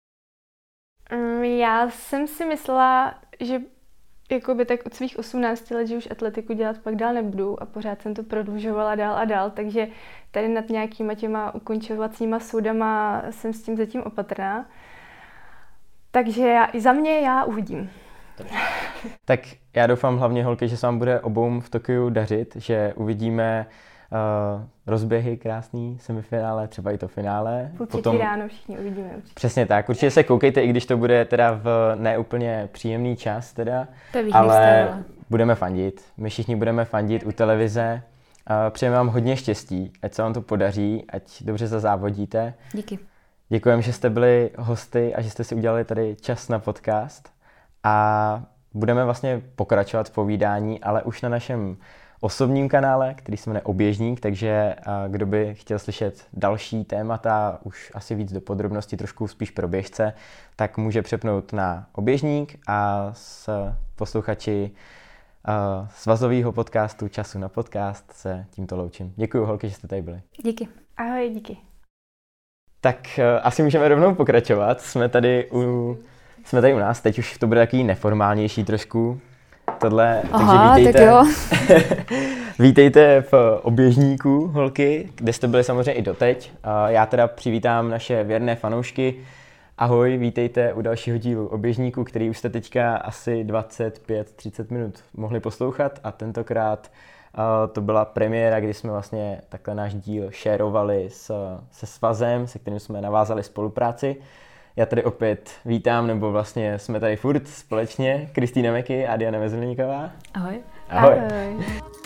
Speaker 2: Já jsem si myslela, že jakoby tak od svých 18 let, že už atletiku dělat pak dál nebudu a pořád jsem to prodlužovala dál a dál, takže tady nad nějakýma těma ukončovacíma soudama jsem s tím zatím opatrná. Takže za mě já uvidím.
Speaker 1: Tak já doufám hlavně, holky, že se vám bude obou v Tokiu dařit, že uvidíme rozběhy krásný, semifinále, třeba i to finále.
Speaker 2: Potom ráno všichni uvidíme určitě.
Speaker 1: Přesně tak, určitě se koukejte, i když to bude teda v neúplně příjemný čas teda, ale budeme fandit. My všichni budeme fandit u televize. Přejeme vám hodně štěstí, ať se vám to podaří, ať dobře zazávodíte.
Speaker 3: Díky.
Speaker 1: Děkujeme, že jste byli hosty a že jste si udělali tady čas na podcast. A budeme vlastně pokračovat v povídání, ale už na našem osobním kanále, který se jmenuje Oběžník, takže kdo by chtěl slyšet další témata, už asi víc do podrobností, trošku spíš pro běžce, tak může přepnout na Oběžník a s posluchači svazového podcastu Času na podcast se tímto loučím. Děkuji, holky, že jste tady byli.
Speaker 3: Díky.
Speaker 2: Ahoj, díky.
Speaker 1: Tak asi můžeme rovnou pokračovat. Jsme tady u nás, teď už to bude takový neformálnější trošku. Tohle,
Speaker 3: aha,
Speaker 1: takže vítejte.
Speaker 3: Tak jo.
Speaker 1: Vítejte v Oběžníku, holky, kde jste byli samozřejmě i doteď. Já teda přivítám naše věrné fanoušky. Ahoj, vítejte u dalšího dílu Oběžníku, který už jste teďka asi 25-30 minut mohli poslouchat a tentokrát to byla premiéra, kdy jsme vlastně takhle náš díl šérovali se svazem, se kterým jsme navázali spolupráci. Já tady opět vítám, nebo vlastně jsme tady furt společně, Kristýna Meky a Diana Mezilníková.
Speaker 3: Ahoj.
Speaker 1: Ahoj.
Speaker 2: Ahoj.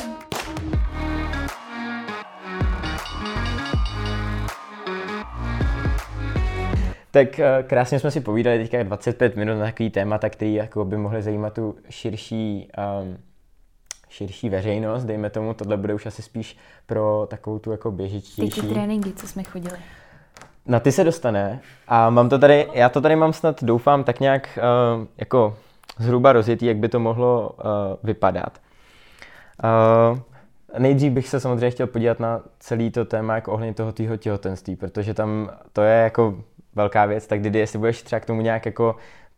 Speaker 1: Tak krásně jsme si povídali teďka 25 minut na takový témata, který jako by mohly zajímat tu širší veřejnost, dejme tomu, tohle bude už asi spíš pro takovou tu jako běžičtější.
Speaker 3: Ty tréninky, co jsme chodili.
Speaker 1: Na ty se dostane a já to tady mám snad, doufám, tak nějak jako zhruba rozjetý, jak by to mohlo vypadat. Nejdřív bych se samozřejmě chtěl podívat na celý to téma jako ohledně toho těhotenství, protože tam to je jako velká věc, tak Didi, jestli budeš třeba k tomu nějak jako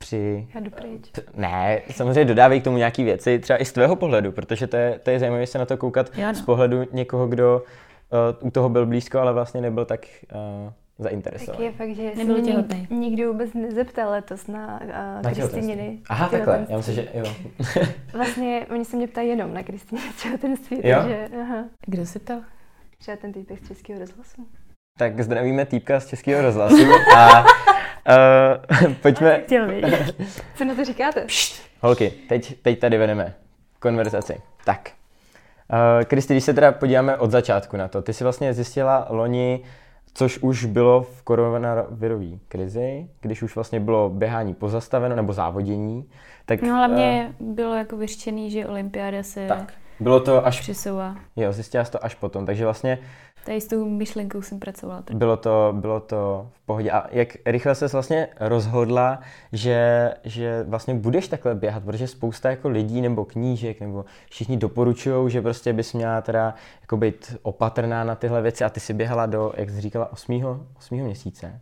Speaker 1: Ne, samozřejmě dodávej k tomu nějaký věci, třeba i z tvého pohledu, protože to je zajímavé se na to koukat z pohledu někoho, kdo u toho byl blízko, ale vlastně nebyl tak zainteresovaný.
Speaker 2: Tak je fakt, že se mě nikdo vůbec nezeptal letos na Kristýniny.
Speaker 1: Aha, takhle, já myslím, že jo.
Speaker 2: Vlastně oni se mě ptají jenom na Kristýniny těhotenství, takže aha.
Speaker 3: Kdo se ptal?
Speaker 2: Třeba ten týpek z Českého rozhlasu.
Speaker 1: Tak zdravíme týpka z Českého rozhlasu Pojďme.
Speaker 3: Chtěl vědět.
Speaker 2: Co na to říkáte?
Speaker 1: Holky, teď tady vedeme konverzaci. Tak. Kristi, když se teda podíváme od začátku na to, ty jsi vlastně zjistila loni, což už bylo v koronavirové krizi, když už vlastně bylo běhání pozastaveno nebo závodění. Tak,
Speaker 3: no hlavně bylo jako vyřčený, že olympiáda se
Speaker 1: bylo to až
Speaker 3: přesouvá.
Speaker 1: Jo, zjistila jsi to až potom, takže vlastně
Speaker 3: tady s tou myšlenkou jsem pracovala.
Speaker 1: Bylo to v pohodě. A jak rychle ses vlastně rozhodla, že vlastně budeš takhle běhat, protože spousta jako lidí nebo knížek nebo všichni doporučují, že prostě bys měla teda jako být opatrná na tyhle věci a ty si běhala do, jak jsi říkala, 8. měsíce.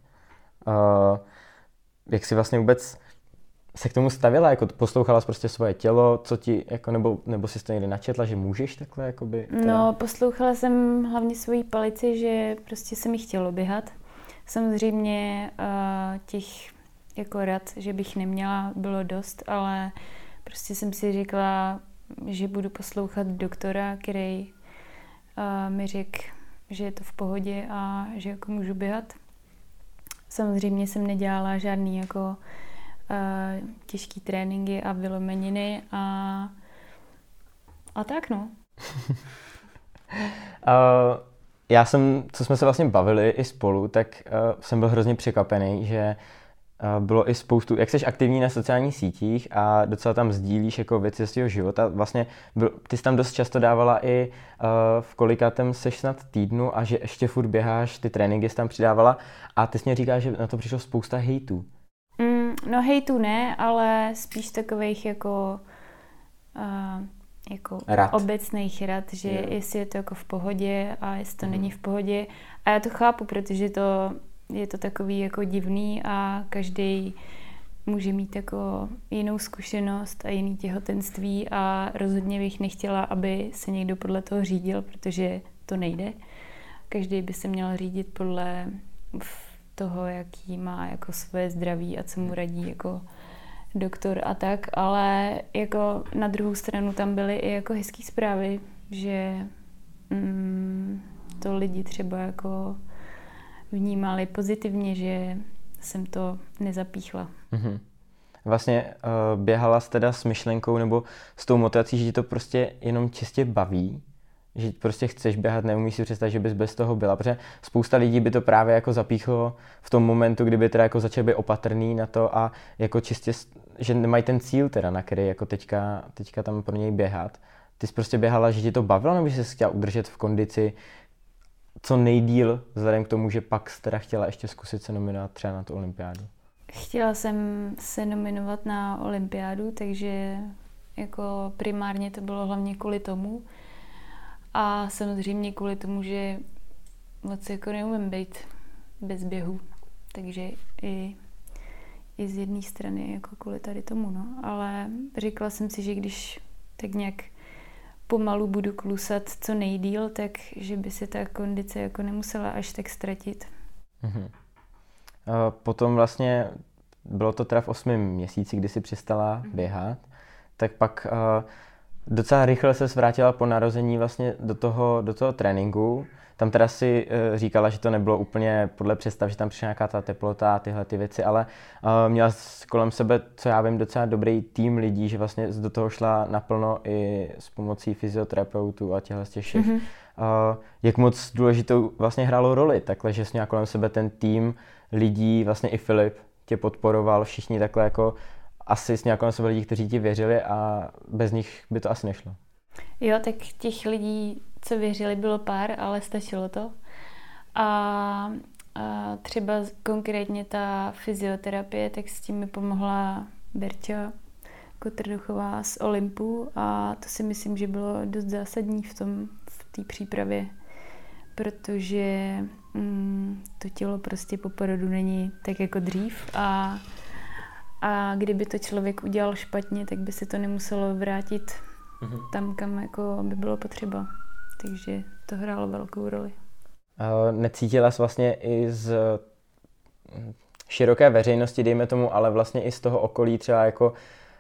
Speaker 1: Jak jsi vlastně vůbec se k tomu stavila, jako poslouchala jsi prostě svoje tělo, co ti, jako, nebo jsi to někdy načetla, že můžeš takhle, jakoby? Teda...
Speaker 3: No, poslouchala jsem hlavně svoji palici, že prostě se mi chtělo běhat. Samozřejmě těch jako rad, že bych neměla, bylo dost, ale prostě jsem si řekla, že budu poslouchat doktora, který mi řekl, že je to v pohodě a že jako můžu běhat. Samozřejmě jsem nedělala žádný jako těžký tréninky a vylomeniny a tak no.
Speaker 1: Co jsme se vlastně bavili i spolu, tak jsem byl hrozně překvapený, že bylo i spoustu, jak jsi aktivní na sociálních sítích a docela tam sdílíš jako věci z svého života. Vlastně ty jsi tam dost často dávala i v kolikátém seš snad týdnu a že ještě furt běháš, ty tréninky jsi tam přidávala a ty jsi mě říkáš, že na to přišlo spousta hejtů.
Speaker 3: No hejtů ne, ale spíš takových jako obecných rad, že jestli je to jako v pohodě a jestli to není v pohodě. A já to chápu, protože je to takový jako divný a každý může mít jako jinou zkušenost a jiný těhotenství a rozhodně bych nechtěla, aby se někdo podle toho řídil, protože to nejde. Každý by se měl řídit podle toho, jaký má jako svoje zdraví a co mu radí jako doktor a tak, ale jako na druhou stranu tam byly i jako hezký zprávy, že to lidi třeba jako vnímali pozitivně, že jsem to nezapíchla.
Speaker 1: Mm-hmm. Vlastně běhala jsi teda s myšlenkou nebo s tou motivací, že ti to prostě jenom čistě baví, že prostě chceš běhat, neumíš si představit, že bys bez toho byla, protože spousta lidí by to právě jako zapíchlo v tom momentu, kdyby teda jako začali být opatrný na to a jako čistě, že nemají ten cíl teda, na který jako teďka tam pro něj běhat. Ty jsi prostě běhala, že ti to bavilo, nebo jsi se chtěla udržet v kondici co nejdýl, vzhledem k tomu, že pak jsi teda chtěla ještě zkusit se nominovat třeba na tu olympiádu?
Speaker 3: Chtěla jsem se nominovat na olympiádu, takže jako primárně to bylo hlavně kvůli tomu. A samozřejmě kvůli tomu, že moc jako neumím být bez běhu. Takže i z jedné strany jako kvůli tady tomu, no. Ale řekla jsem si, že když tak nějak pomalu budu klusat co nejdýl, tak že by se ta kondice jako nemusela až tak ztratit.
Speaker 1: Mhm. Potom vlastně bylo to teda v 8. měsíci, kdy jsi přestala běhat, tak pak docela rychle se vrátila po narození vlastně do toho tréninku. Tam teda si říkala, že to nebylo úplně podle představ, že tam přišla nějaká ta teplota a tyhle ty věci, ale měla kolem sebe, co já vím, docela dobrý tým lidí, že vlastně do toho šla naplno i s pomocí fyzioterapeutů a těchhle těch všech. Mm-hmm. Jak moc důležitou vlastně hrálo roli takhle, že jsi měla kolem sebe ten tým lidí, vlastně i Filip tě podporoval, všichni takhle jako asi jsi měla kolem sebe lidí, kteří ti věřili a bez nich by to asi nešlo.
Speaker 3: Jo, tak těch lidí, co věřili, bylo pár, ale stačilo to. A třeba konkrétně ta fyzioterapie, tak s tím mi pomohla Berča Kotrduchová z Olympu a to si myslím, že bylo dost zásadní v té přípravě, protože to tělo prostě po porodu není tak jako dřív a kdyby to člověk udělal špatně, tak by se to nemuselo vrátit tam, kam jako by bylo potřeba. Takže to hrálo velkou roli.
Speaker 1: Necítila jsi vlastně i z široké veřejnosti, dejme tomu, ale vlastně i z toho okolí třeba jako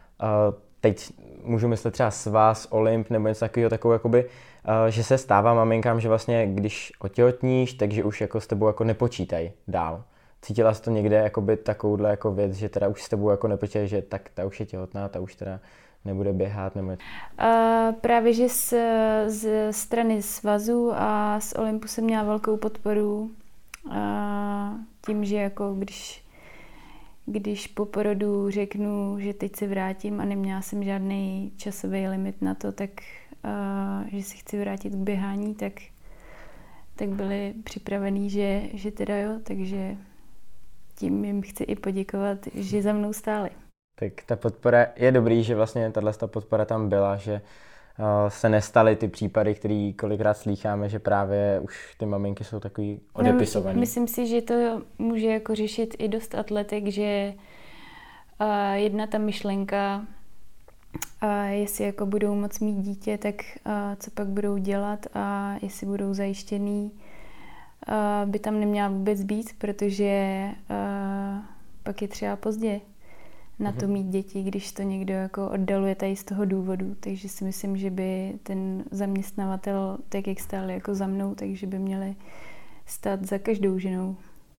Speaker 1: teď můžu myslet třeba svaz, Olymp nebo něco takového, jakoby, že se stává maminkám, že vlastně když otěhotníš, takže už jako s tebou jako nepočítají dál. Cítila jsi to někde jakoby takovouhle jako věc, že teda už s tebou jako nepočítá, že tak ta už je těhotná, ta už teda nebude běhat nebo...
Speaker 3: Právě, že z strany svazu a z Olympu jsem měla velkou podporu tím, že jako když po porodu řeknu, že teď se vrátím a neměla jsem žádný časový limit na to, tak že si chci vrátit k běhání, tak byli připravení, že teda jo, takže tím jim chci i poděkovat, že za mnou stáli.
Speaker 1: Tak ta podpora je dobrý, že vlastně tato podpora tam byla, že se nestaly ty případy, který kolikrát slýcháme, že právě už ty maminky jsou takový odepisovaný.
Speaker 3: No, myslím si, že to může jako řešit i dost atletek, že jedna ta myšlenka, jestli jako budou moc mít dítě, tak co pak budou dělat a jestli budou zajištěný, by tam neměla vůbec být, protože pak je třeba pozdě na to mít děti, když to někdo jako oddaluje tady z toho důvodu. Takže si myslím, že by ten zaměstnavatel, tak jak stáli jako za mnou, takže by měli stát za každou ženou.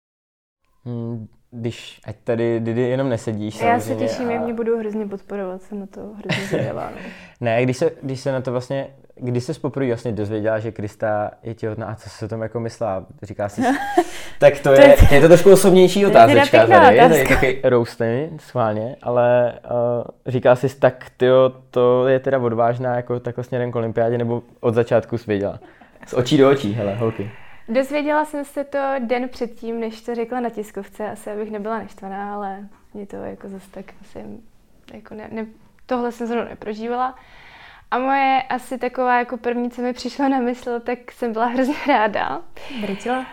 Speaker 1: Když ať tady jenom nesedíš.
Speaker 2: Já se těším, jak mě budou hrozně podporovat, jsem na to hrozně zvědavá.
Speaker 1: Ne, když se na to vlastně, když jsi poprvé vlastně dozvěděla, že Krista je těhotná, a co jsi o tom jako myslela? Říká si, tak je to trošku osobnější otázečka tady, je taky rousty, schválně, ale říká jsi, tak tyjo, to je teda odvážná jako takhle směrem k olympiádě, nebo od začátku jsi věděla? Z očí do očí, hele, holky.
Speaker 2: Dozvěděla jsem se to den předtím, než to řekla na tiskovce, asi abych nebyla naštvaná, ale mě to jako zase tak musím, jako tohle jsem zrovna neprožívala. A moje asi taková jako první, co mi přišlo na mysl, tak jsem byla hrozně ráda.
Speaker 3: Brečela?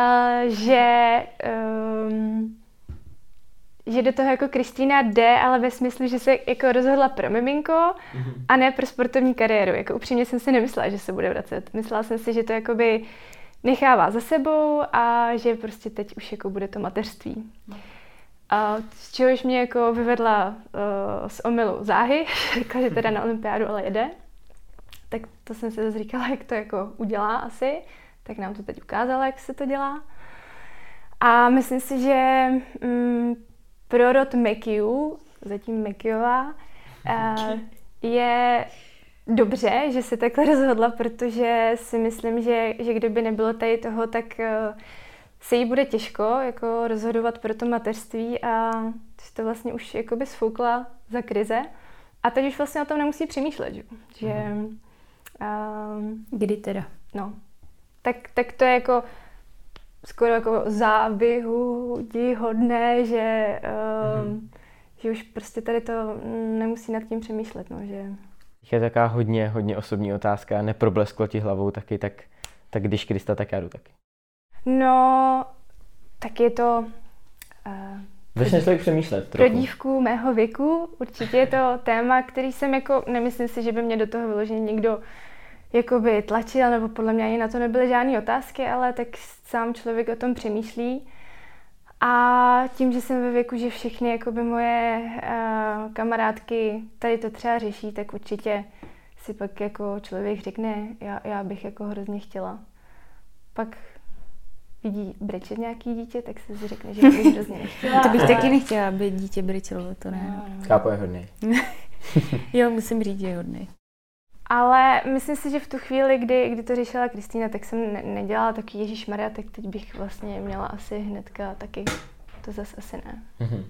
Speaker 2: Že do toho jako Kristýna jde, ale ve smyslu, že se jako rozhodla pro miminko a ne pro sportovní kariéru. Jako upřímně jsem si nemyslela, že se bude vracet. Myslela jsem si, že to jakoby nechává za sebou a že prostě teď už jako bude to mateřství. A z čehož mě jako vyvedla z omylu záhy, řekla, že teda na olympiádu ale jede. Tak to jsem si zase říkala, jak to jako udělá asi. Tak nám to teď ukázala, jak se to dělá. A myslím si, že prorod Mekiu, zatím Mekiová, je dobře, že se takhle rozhodla, protože si myslím, že kdyby nebylo tady toho, tak se jí bude těžko jako rozhodovat pro to mateřství a to vlastně už jakoby sfoukla za krize. A teď už vlastně o tom nemusí přemýšlet, že
Speaker 3: kdy teda?
Speaker 2: No, tak to je jako skoro jako závidihodné, že už prostě tady to nemusí nad tím přemýšlet, no, že...
Speaker 1: Je taková hodně osobní otázka, neproblesklo ti hlavou taky, tak když Krista, tak já jdu taky.
Speaker 2: No, tak je to...
Speaker 1: Začne člověk přemýšlet trochu.
Speaker 2: Pro dívku mého věku určitě je to téma, který jsem jako, nemyslím si, že by mě do toho vyloženě někdo jakoby tlačil, nebo podle mě ani na to nebyly žádné otázky, ale tak sám člověk o tom přemýšlí. A tím, že jsem ve věku, že všechny jakoby moje kamarádky tady to třeba řeší, tak určitě si pak jako člověk řekne, já bych jako hrozně chtěla. Pak vidí brečet nějaký dítě, tak si řekne, že bych hrozně nechtěla.
Speaker 3: To bych taky nechtěla, aby dítě brečelo, to ne.
Speaker 1: Chápu, je hodnej.
Speaker 3: Jo, musím říct, že je hodnej.
Speaker 2: Ale myslím si, že v tu chvíli, kdy to řešila Kristýna, tak jsem nedělala taky ježišmarja, tak teď bych vlastně měla asi hnedka taky. To zase asi ne.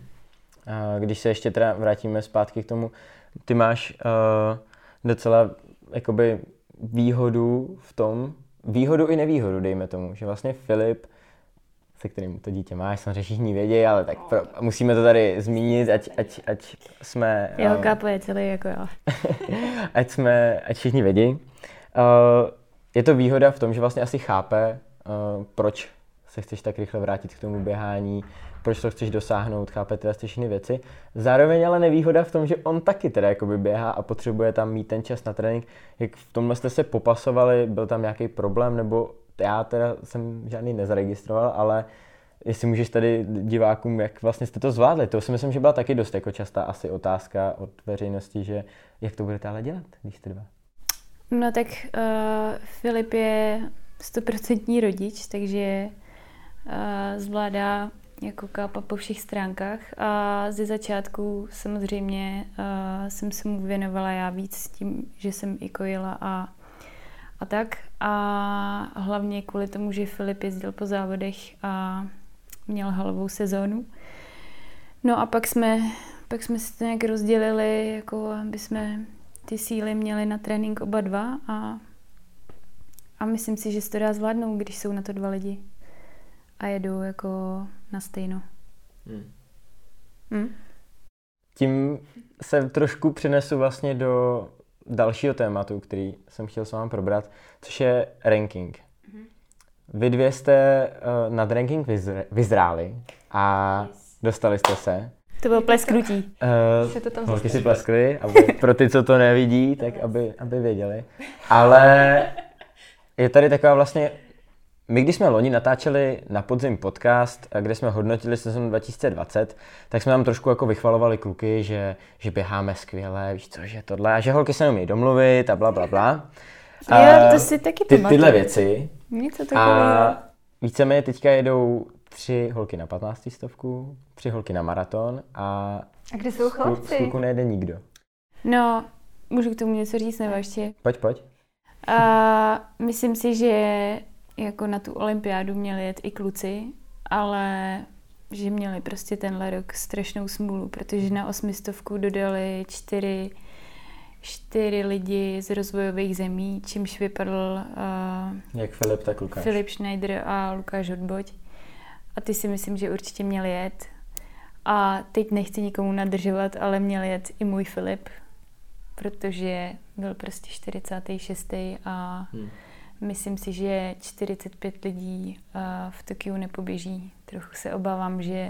Speaker 1: A když se ještě teda vrátíme zpátky k tomu, ty máš docela jakoby výhodu v tom, výhodu i nevýhodu, dejme tomu, že vlastně Filip, se kterým to dítě máš, samozřejmě všichni vědějí, ale tak musíme to tady zmínit, ať jsme...
Speaker 3: Jeho kápo je celý jako já.
Speaker 1: ať všichni vědí. Je to výhoda v tom, že vlastně asi chápe, proč se chceš tak rychle vrátit k tomu běhání, proč to chceš dosáhnout, chápe teda všechny věci. Zároveň ale nevýhoda v tom, že on taky teda jakoby běhá a potřebuje tam mít ten čas na trénink. Jak v tomhle jste se popasovali, byl tam nějaký problém, nebo já teda jsem žádný nezaregistroval, ale jestli můžeš tady divákům, jak vlastně jste to zvládli, to si myslím, že byla taky dost jako častá asi otázka od veřejnosti, že jak to budete ale dělat, když jste dva?
Speaker 3: No tak Filip je 100% rodič, takže zvládá jako kápa po všech stránkách a ze začátku samozřejmě jsem se mu věnovala já víc s tím, že jsem i kojila a tak. A hlavně kvůli tomu, že Filip jezdil po závodech a měl halovou sezónu. No a pak jsme si to nějak rozdělili, jako aby jsme ty síly měli na trénink oba dva a myslím si, že se to dá zvládnout, když jsou na to 2 lidi a jedou jako na stejno.
Speaker 1: Tím se trošku přenesu vlastně do dalšího tématu, který jsem chtěl s vámi probrat, což je ranking. Vy 2 jste nad ranking vyzráli a dostali jste se.
Speaker 3: To bylo plesknutí.
Speaker 1: Holky si pleskly, pro ty, co to nevidí, tak aby věděli. Ale je tady taková vlastně... My, když jsme loni natáčeli na podzim podcast, kde jsme hodnotili sezonu 2020, tak jsme tam trošku jako vychvalovali kluky, že běháme skvěle, víš co, že tohle, a že holky se neumějí domluvit a blablabla.
Speaker 3: Jo, to si taky pamatuju.
Speaker 1: Tyhle věci.
Speaker 3: Něco takového.
Speaker 1: A víceméně teďka jedou 3 holky na 15 stovku, 3 holky na maraton a
Speaker 2: kde jsou chlapci?
Speaker 1: Z kluku nejde nikdo.
Speaker 3: No, můžu k tomu něco říct, nebo ještě?
Speaker 1: Pojď.
Speaker 3: Myslím si, že jako na tu olympiádu měli jet i kluci, ale že měli prostě tenhle rok strašnou smůlu, protože na 800 dodali 4 lidi z rozvojových zemí, čímž vypadl
Speaker 1: jak Filip, tak Lukáš.
Speaker 3: Filip Schneider a Lukáš Hodboť. A ty si myslím, že určitě měli jet. A teď nechci nikomu nadržovat, ale měl jet i můj Filip, protože byl prostě 46. a myslím si, že 45 lidí v Tokiu nepoběží. Trochu se obávám, že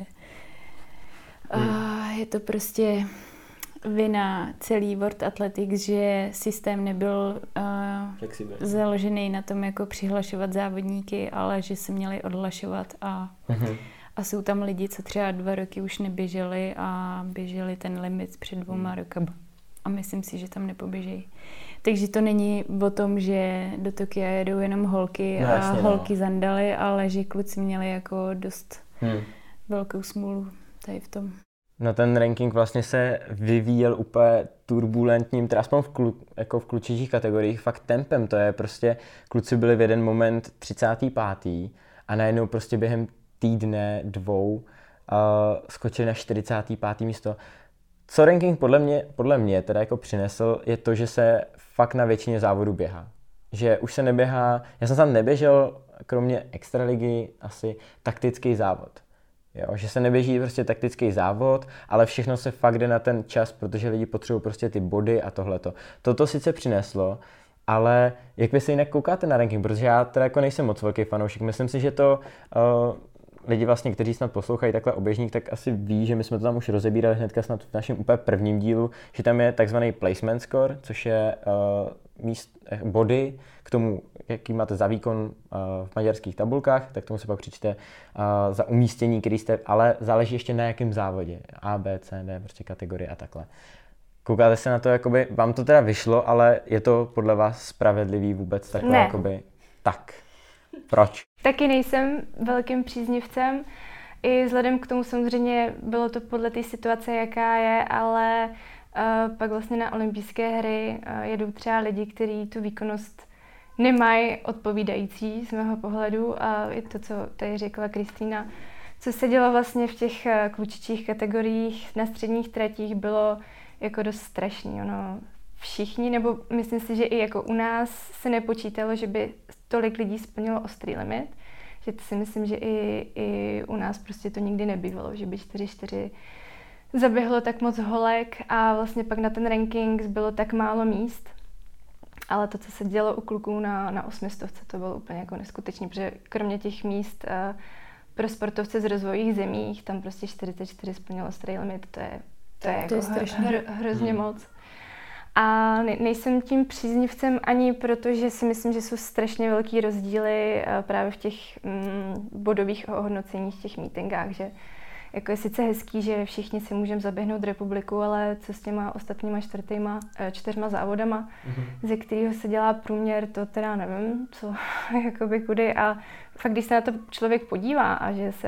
Speaker 3: je to prostě vina celý World Athletics, že systém nebyl založený na tom, jako přihlašovat závodníky, ale že se měli odhlašovat a jsou tam lidi, co třeba 2 roky už neběželi a běželi ten limit před 2 rokama. A myslím si, že tam nepoběžejí. Takže to není o tom, že do Tokia jedou jenom holky a jasně, holky zandaly, ale že kluci měli jako dost velkou smůlu tady v tom.
Speaker 1: No ten ranking vlastně se vyvíjel úplně turbulentním, teda aspoň v klučičích kategoriích, fakt tempem. To je prostě, kluci byli v jeden moment 35. a najednou prostě během týdne, 2 skočili na 45. místo. Co ranking podle mě teda jako přinesl, je to, že se fakt na většině závodů běhá. Že už se neběhá, já jsem tam neběžel, kromě extraligy, asi taktický závod. Jo, že se neběží prostě taktický závod, ale všechno se fakt jde na ten čas, protože lidi potřebují prostě ty body a tohleto. Toto sice přineslo, ale jak vy se jinak koukáte na ranking, protože já teda jako nejsem moc velký fanoušek, myslím si, že to lidi vlastně, kteří snad poslouchají takhle oběžník, tak asi ví, že my jsme to tam už rozebírali hnedka snad v našem úplně prvním dílu, že tam je takzvaný placement score, což je body k tomu, jaký máte za výkon v maďarských tabulkách, tak tomu se pak přečte za umístění, který jste, ale záleží ještě na jakém závodě. A, B, C, D, prostě kategorie a takhle. Koukáte se na to, jakoby, vám to teda vyšlo, ale je to podle vás spravedlivý vůbec takhle,
Speaker 2: ne.
Speaker 1: Jakoby, tak. Proč?
Speaker 2: Taky nejsem velkým příznivcem. I vzhledem k tomu samozřejmě bylo to podle té situace, jaká je, ale pak vlastně na olympijské hry jedou třeba lidi, kteří tu výkonnost nemají odpovídající z mého pohledu a je to, co tady řekla Kristýna. Co se dělo vlastně v těch klučičích kategoriích na středních tratích, bylo jako dost strašný. Ono všichni, nebo myslím si, že i jako u nás se nepočítalo, že by tolik lidí splnilo ostrý limit. Že si myslím, že i u nás prostě to nikdy nebývalo, že by 4-4 zaběhlo tak moc holek a vlastně pak na ten ranking bylo tak málo míst. Ale to, co se dělo u kluků na 800, to bylo úplně jako neskutečné, protože kromě těch míst pro sportovce z rozvojových zemích, tam prostě 44 splnilo ostrý limit, to je jako hrozně moc. A nejsem tím příznivcem ani proto, že si myslím, že jsou strašně velký rozdíly právě v těch bodových ohodnoceních, v těch meetingách, že jako je sice hezký, že všichni si můžeme zaběhnout republiku, ale co s těma ostatníma 4 závodama, ze kterého se dělá průměr, to teda nevím, co, jakoby kudy. A fakt, když se na to člověk podívá a že se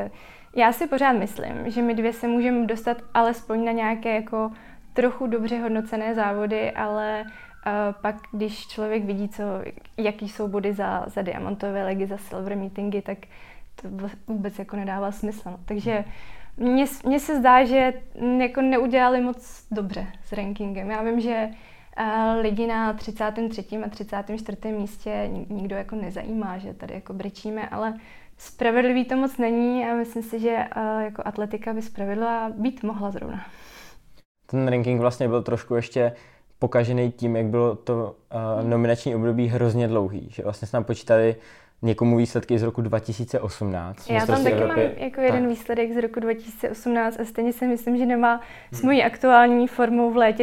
Speaker 2: Já si pořád myslím, že my dvě se můžeme dostat alespoň na nějaké jako trochu dobře hodnocené závody, ale pak, když člověk vidí, jaký jsou body za diamantové ligy, za silver meetingy, tak to vůbec jako nedává smysl. No. Takže mně se zdá, že jako neudělali moc dobře s rankingem. Já vím, že lidi na 33. a 34. místě nikdo jako nezajímá, že tady jako brečíme, ale spravedlivý to moc není a myslím si, že jako atletika by spravedlivá být mohla zrovna.
Speaker 1: Ten ranking vlastně byl trošku ještě pokažený tím, jak bylo to nominační období hrozně dlouhý, že vlastně jsme tam počítali někomu výsledky z roku 2018.
Speaker 2: Já tam taky mám jako jeden výsledek z roku 2018 a stejně si myslím, že nemá s mojí aktuální formou v létě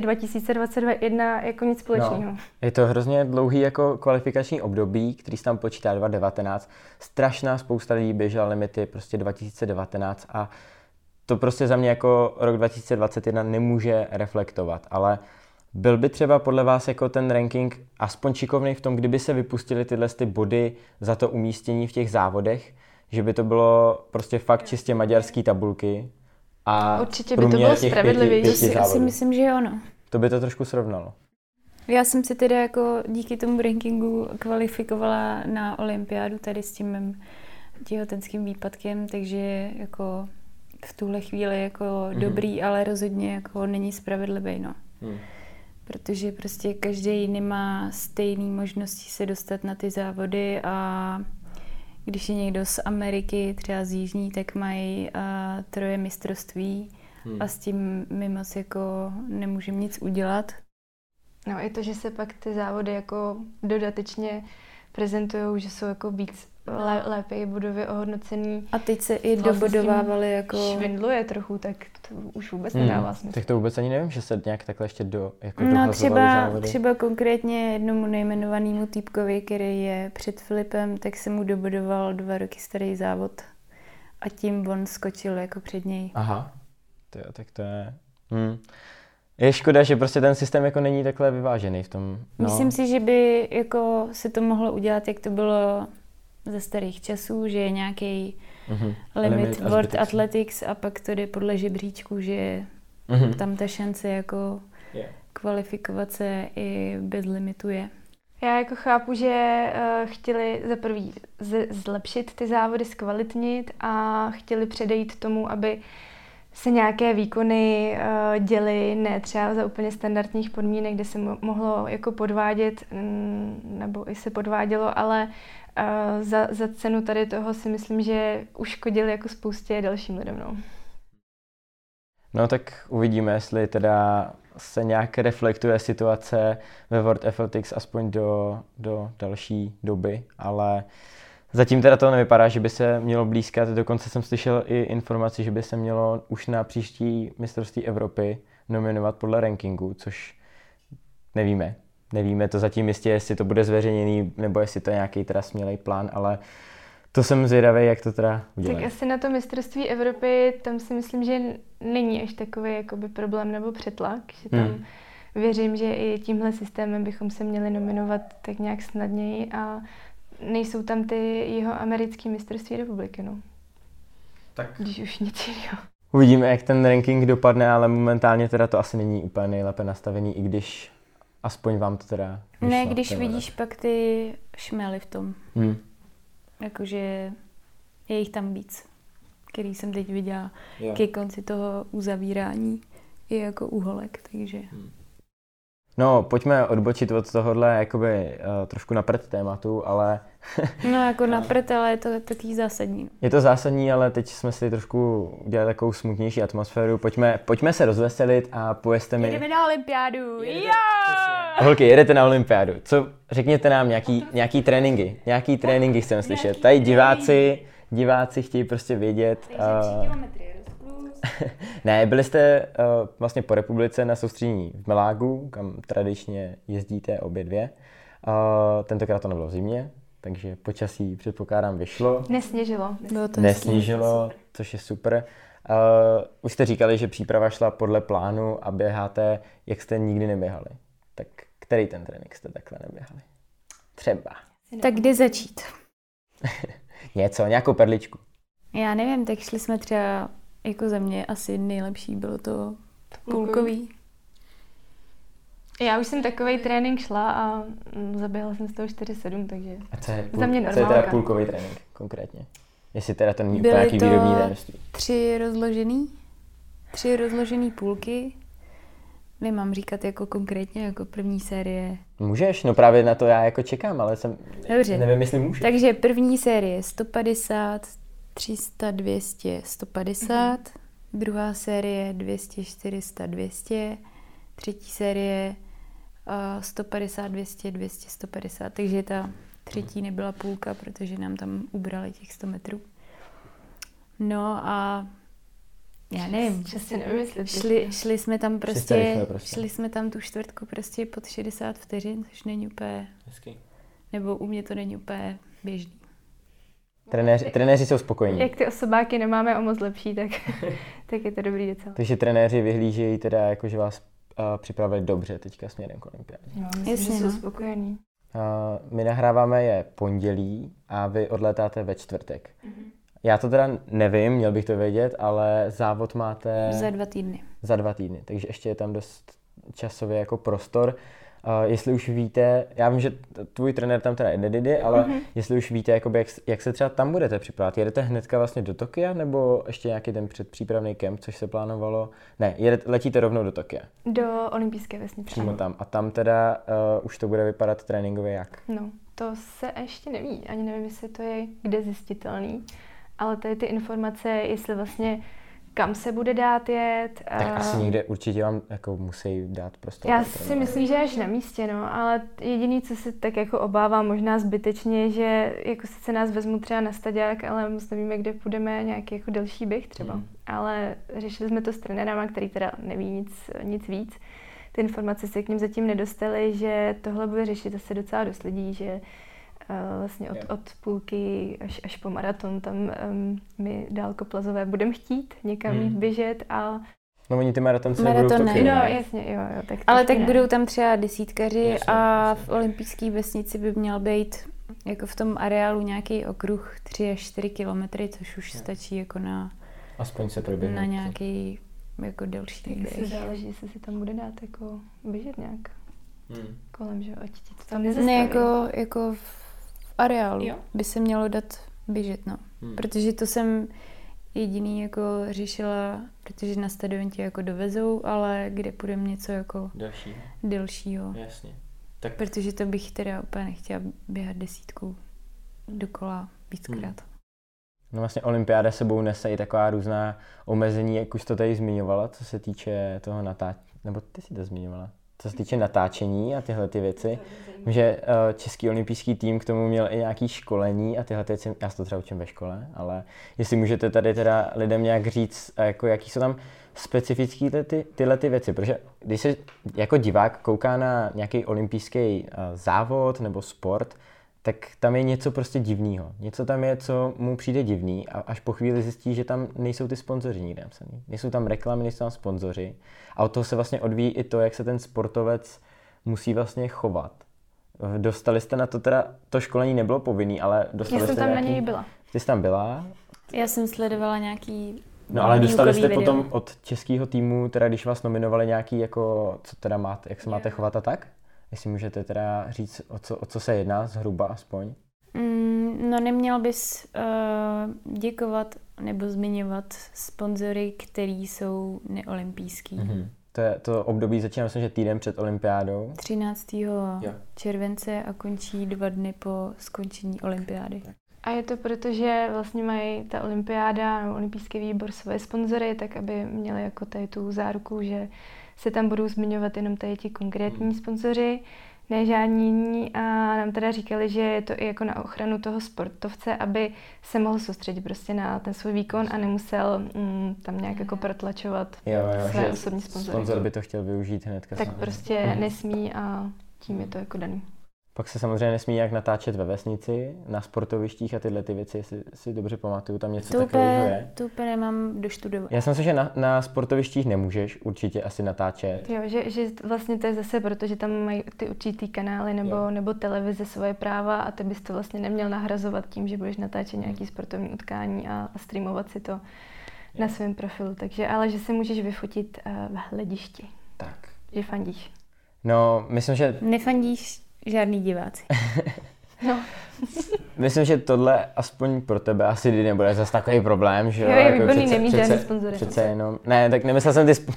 Speaker 2: 2021 jako nic společného.
Speaker 1: No, je to hrozně dlouhý jako kvalifikační období, který se tam počítá 2019. Strašná spousta lidí běžela limity prostě 2019 a to prostě za mě jako rok 2021 nemůže reflektovat, ale byl by třeba podle vás jako ten ranking aspoň šikovný v tom, kdyby se vypustily tyhle ty body za to umístění v těch závodech, že by to bylo prostě fakt čistě maďarský tabulky a
Speaker 2: určitě by to bylo spravedlivější.
Speaker 3: Já si myslím, že ano.
Speaker 1: To by to trošku srovnalo.
Speaker 3: Já jsem se teda jako díky tomu rankingu kvalifikovala na olympiádu tady s tím mým těhotenským výpadkem, takže jako v tuhle chvíli jako dobrý, ale rozhodně jako není spravedlivý, no. Protože prostě každý nemá stejné možnosti se dostat na ty závody a když je někdo z Ameriky, třeba z Jižní, tak mají 3 mistrovství a s tím my moc jako nemůžeme nic udělat.
Speaker 2: No i to, že se pak ty závody jako dodatečně prezentujou, že jsou jako víc lépe bodově ohodnocený.
Speaker 3: A teď se i dobodovávali jako...
Speaker 2: Švindluje trochu, tak to už vůbec nedává smysl.
Speaker 1: Tak to vůbec ani nevím, že se nějak takhle ještě
Speaker 3: třeba konkrétně jednomu nejmenovanému týpkovi, který je před Filipem, tak se mu dobodoval 2 roky starý závod a tím on skočil jako před něj.
Speaker 1: Aha, tak to je... Je škoda, že prostě ten systém jako není takhle vyvážený v tom. No.
Speaker 3: Myslím si, že by jako se to mohlo udělat, jak to bylo ze starých časů, že je nějaký limit World Athletics a pak to jde podle žebříčku, že tam ta šance jako kvalifikovat se i bez limitu je.
Speaker 2: Já jako chápu, že chtěli za prvý zlepšit ty závody, zkvalitnit a chtěli předejít tomu, aby se nějaké výkony děly ne třeba za úplně standardních podmínek, kde se mohlo jako podvádět, nebo i se podvádělo, ale za cenu tady toho si myslím, že uškodili jako spoustě dalším lidem.
Speaker 1: No tak uvidíme, jestli teda se nějak reflektuje situace ve World Athletics aspoň do další doby, ale zatím teda to nevypadá, že by se mělo blízkat, dokonce jsem slyšel i informaci, že by se mělo už na příští mistrovství Evropy nominovat podle rankingu, což nevíme. Nevíme to zatím jistě, jestli to bude zveřejněný, nebo jestli to je nějaký teda smělej plán, ale to jsem zvědavý, jak to teda udělají.
Speaker 2: Tak asi na to mistrovství Evropy, tam si myslím, že není až takový jakoby problém nebo přetlak, že tam věřím, že i tímhle systémem bychom se měli nominovat tak nějak snadněji a nejsou tam ty jihoamerické mistrovství republiky, no.
Speaker 1: Tak.
Speaker 2: Když už nic jiného.
Speaker 1: Uvidíme, jak ten ranking dopadne, ale momentálně teda to asi není úplně nejlépe nastavený, i když aspoň vám to teda vyšlo.
Speaker 3: Ne, když vidíš pak ty šmely v tom. Jakože je jich tam víc, který jsem teď viděla ke konci toho uzavírání i jako úholek, takže...
Speaker 1: No, pojďme odbočit od tohohle jakoby trošku na prd tématu, ale...
Speaker 3: No, jako na prd, ale je to takový zásadní.
Speaker 1: Je to zásadní, ale teď jsme si trošku udělali takovou smutnější atmosféru. Pojďme se rozveselit a povězte mi...
Speaker 3: Jedeme na olympiádu, jo!
Speaker 1: Holky, jedete na olympiádu. Co, řekněte nám nějaký tréninky. Nějaký tréninky chceme slyšet. Tady diváci chtějí prostě vědět...
Speaker 3: Takže 3 kilometry.
Speaker 1: Ne, byli jste vlastně po republice na soustředění v Melágu, kam tradičně jezdíte obě dvě. Tentokrát to nebylo v zimě, takže počasí předpokládám vyšlo.
Speaker 2: Nesněžilo.
Speaker 1: Nesněžilo, což je super. Už jste říkali, že příprava šla podle plánu a běháte, jak jste nikdy neběhali. Tak který ten trénink jste takhle neběhali? Třeba.
Speaker 3: Tak kde začít?
Speaker 1: Nějakou perličku.
Speaker 3: Já nevím, tak šli jsme třeba, jako za mě asi nejlepší bylo to půlkový.
Speaker 2: Já už jsem takovej trénink šla a zaběhla jsem z toho 4,7, takže
Speaker 1: A co je,
Speaker 2: za mě
Speaker 1: co je teda
Speaker 2: normálka.
Speaker 1: půlkový trénink konkrétně? Jestli teda to není úplně nějaký výrobní tajemství.
Speaker 3: 3 rozložený půlky. Nemám říkat jako konkrétně, jako první série.
Speaker 1: Můžeš, no právě na to já jako čekám, ale
Speaker 3: Dobře.
Speaker 1: nevím, jestli můžu.
Speaker 3: Takže první série 150, 300, 200, 150. Druhá série 200, 400, 200. Třetí série 150, 200, 200, 150. Takže ta třetí nebyla půlka, protože nám tam ubrali těch 100 metrů. No a já nevím.
Speaker 2: Časně nevím, jestli
Speaker 3: Šli jsme tam šli jsme tam tu čtvrtku prostě pod 60 vteřin, což není úplně,
Speaker 1: Hezky.
Speaker 3: nebo u mě to není úplně běžný.
Speaker 1: Trenéři jsou spokojení.
Speaker 2: Jak ty osobáky nemáme o moc lepší, tak je to dobrý docela.
Speaker 1: Takže trenéři vyhlížejí teda, jako, že vás připravili dobře teďka směrem k olympiádě.
Speaker 2: No, myslím, že jsou spokojení.
Speaker 1: My nahráváme je pondělí a vy odletáte ve čtvrtek. Já to teda nevím, měl bych to vědět, ale závod máte...
Speaker 3: Za 2 týdny.
Speaker 1: Za 2 týdny, takže ještě je tam dost časově jako prostor. Jestli už víte, já vím, že tvůj trenér tam teda jde, ale jestli už víte, jakoby, jak se třeba tam budete připravovat. Jedete hnedka vlastně do Tokia, nebo ještě nějaký ten předpřípravný kemp, což se plánovalo? Ne, letíte rovnou do Tokia.
Speaker 2: Do olympijské vesnice.
Speaker 1: Přímo tam. A tam teda už to bude vypadat tréninkově jak?
Speaker 2: No, to se ještě neví. Ani nevím, jestli to je kde zjistitelný. Ale tady ty informace, jestli vlastně kam se bude dát jet.
Speaker 1: Tak asi někde určitě vám jako musí dát prostor.
Speaker 2: Já si myslím, že až na místě, no, ale jediný, co se tak jako obávám možná zbytečně, že jako sice nás vezmu třeba na staďák, ale moc nevíme, kde půjdeme, nějaký jako delší běh třeba. Ale řešili jsme to s trenérama, který teda neví nic víc. Ty informace se k ním zatím nedostaly, že tohle bude řešit asi docela dost lidí, že vlastně od půlky až po maraton, tam my dálkoplazové budeme chtít někam jít běžet a...
Speaker 1: No oni ty maratonce budou v Tokiu.
Speaker 2: No jasně, jo.
Speaker 3: Ale tak budou tam třeba desítkaři a v olympijské vesnici by měl být jako v tom areálu nějaký okruh 3 až 4 kilometry, což už stačí jako na...
Speaker 1: Aspoň se proběhnout.
Speaker 3: Na nějaký jako delší
Speaker 2: běh.
Speaker 3: běh.
Speaker 2: Záleží, jestli se tam bude dát jako běžet nějak kolem, že ať ti to tam nezastaví.
Speaker 3: Ne, jako v areálu by se mělo dát běžet, no. Protože to jsem jediný jako řešila, protože na stadion tě jako dovezou, ale kde půjdeme něco jako delšího.
Speaker 1: Jasně. Tak...
Speaker 3: Protože to bych teda úplně nechtěla běhat 10 dokola víckrát.
Speaker 1: No vlastně olympiáda sebou nese i taková různá omezení, jak už to tady zmiňovala, co se týče toho nebo ty jsi to zmiňovala? Co se týče natáčení a tyhle ty věci, že český olympijský tým k tomu měl i nějaké školení a tyhle ty věci, já se to třeba učím ve škole, ale jestli můžete tady teda lidem nějak říct, jako jaký jsou tam specifický tyhle ty věci, protože když se jako divák kouká na nějaký olympijský závod nebo sport, tak tam je něco prostě divného. Něco tam je, co mu přijde divný a až po chvíli zjistí, že tam nejsou ty sponzoři nikde napsaný. Nejsou tam reklamy, nejsou tam sponzoři. A od toho se vlastně odvíjí i to, jak se ten sportovec musí vlastně chovat. Dostali jste na to teda, to školení nebylo povinný, ale dostali jste
Speaker 2: Já jsem tam na něj byla.
Speaker 1: Ty jsi tam byla?
Speaker 3: Já jsem sledovala nějaký
Speaker 1: No ale dostali jste
Speaker 3: video.
Speaker 1: potom od českého týmu, teda když vás nominovali nějaký, jako, co teda máte, jak se máte chovat a tak? Jestli můžete teda říct, o co se jedná zhruba aspoň?
Speaker 3: No neměl bys děkovat nebo zmiňovat sponzory, který jsou neolympijský.
Speaker 1: To období začíná, myslím, že týden před olympiádou.
Speaker 3: 13. července a končí 2 dny po skončení olympiády.
Speaker 2: A je to proto, že vlastně mají ta olympiáda nebo olympijský výbor svoje sponzory, tak aby měli jako tady tu záruku, že se tam budou zmiňovat jenom tady ti konkrétní sponzoři, ne žádní jiní, a nám teda říkali, že je to i jako na ochranu toho sportovce, aby se mohl soustředit prostě na ten svůj výkon a nemusel tam nějak jako protlačovat své osobní sponzory.
Speaker 1: Sponzor by to chtěl využít hnedka.
Speaker 2: Tak prostě nesmí a tím je to jako daný.
Speaker 1: Pak se samozřejmě nesmí nějak natáčet ve vesnici, na sportovištích a tyhle ty věci, jestli si dobře pamatuju, tam něco takového je.
Speaker 3: To úplně nemám doštudovat.
Speaker 1: Já si myslím, že na sportovištích nemůžeš určitě asi natáčet.
Speaker 2: Jo, že vlastně to je zase proto, že tam mají ty určitý kanály nebo televize svoje práva a ty bys to vlastně neměl nahrazovat tím, že budeš natáčet nějaký sportovní utkání a streamovat si to na svém profilu. Takže, ale že si můžeš vyfotit v hledišti.
Speaker 1: Tak.
Speaker 2: Že fandíš.
Speaker 1: No, myslím, že...
Speaker 3: Nefandíš žádný diváci.
Speaker 2: No.
Speaker 1: Myslím, že tohle aspoň pro tebe asi nebude zase takový problém, že
Speaker 2: jo? Je výborný nemít žádný sponzory.
Speaker 1: Přece jenom, ne, tak nemyslel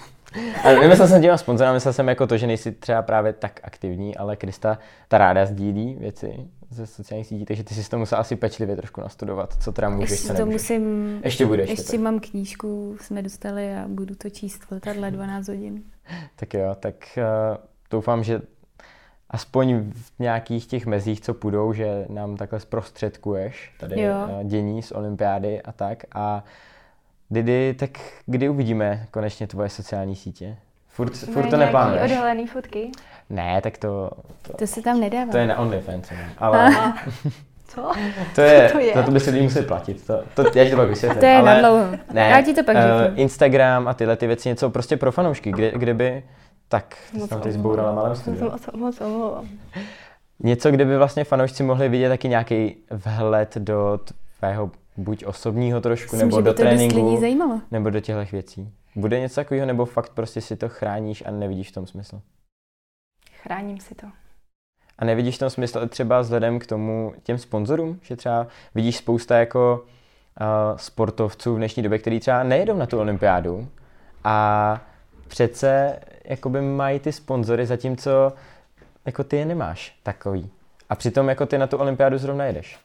Speaker 1: jsem tím sponzorem, myslel jsem jako to, že nejsi třeba právě tak aktivní, ale Krista ta ráda sdílí věci ze sociálních sítí, takže ty si to musela asi pečlivě trošku nastudovat, co teda můžeš, co nemůžeš. Ještě
Speaker 3: mám knížku, jsme dostali a budu to číst v letadle 12 hodin.
Speaker 1: Tak jo, tak doufám, že aspoň v nějakých těch mezích, co půjdou, že nám takhle zprostředkuješ tady dění z olympiády a tak. A Didi, tak kdy uvidíme konečně tvoje sociální sítě? Furt to neplánuješ?
Speaker 2: Odhalený fotky?
Speaker 1: Ne, tak to
Speaker 3: se tam nedává.
Speaker 1: To je na OnlyFans, ale...
Speaker 2: Co?
Speaker 1: To je? Za to by se lidi museli platit. Já ti to pak vysvětlím.
Speaker 3: To je na dlouho. Ne, já ti to pak řeknu.
Speaker 1: Instagram a tyhle ty věci, něco prostě pro fanoušky, kde by... Tak, ty jsem tady zbourala malém studiu.
Speaker 2: Moc omlouvám.
Speaker 1: Něco, kde by vlastně fanoušci mohli vidět taky nějaký vhled do tvého buď osobního trošku, nebo do tréninku, nebo do těchto věcí. Bude něco takového, nebo fakt prostě si to chráníš a nevidíš v tom smysl?
Speaker 2: Chráním si to.
Speaker 1: A nevidíš v tom smysl třeba vzhledem k tomu těm sponzorům, že třeba vidíš spousta jako sportovců v dnešní době, kteří třeba nejedou na tu olympiádu a přece jakoby mají ty sponzory, zatímco jako ty je nemáš takový. A přitom jako ty na tu olympiádu zrovna jedeš.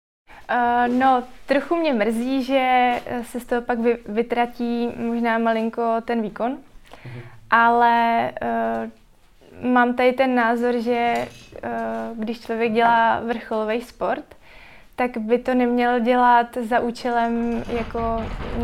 Speaker 2: No, trochu mě mrzí, že se z toho pak vytratí možná malinko ten výkon, ale mám tady ten názor, že když člověk dělá vrcholový sport, tak by to neměl dělat za účelem jako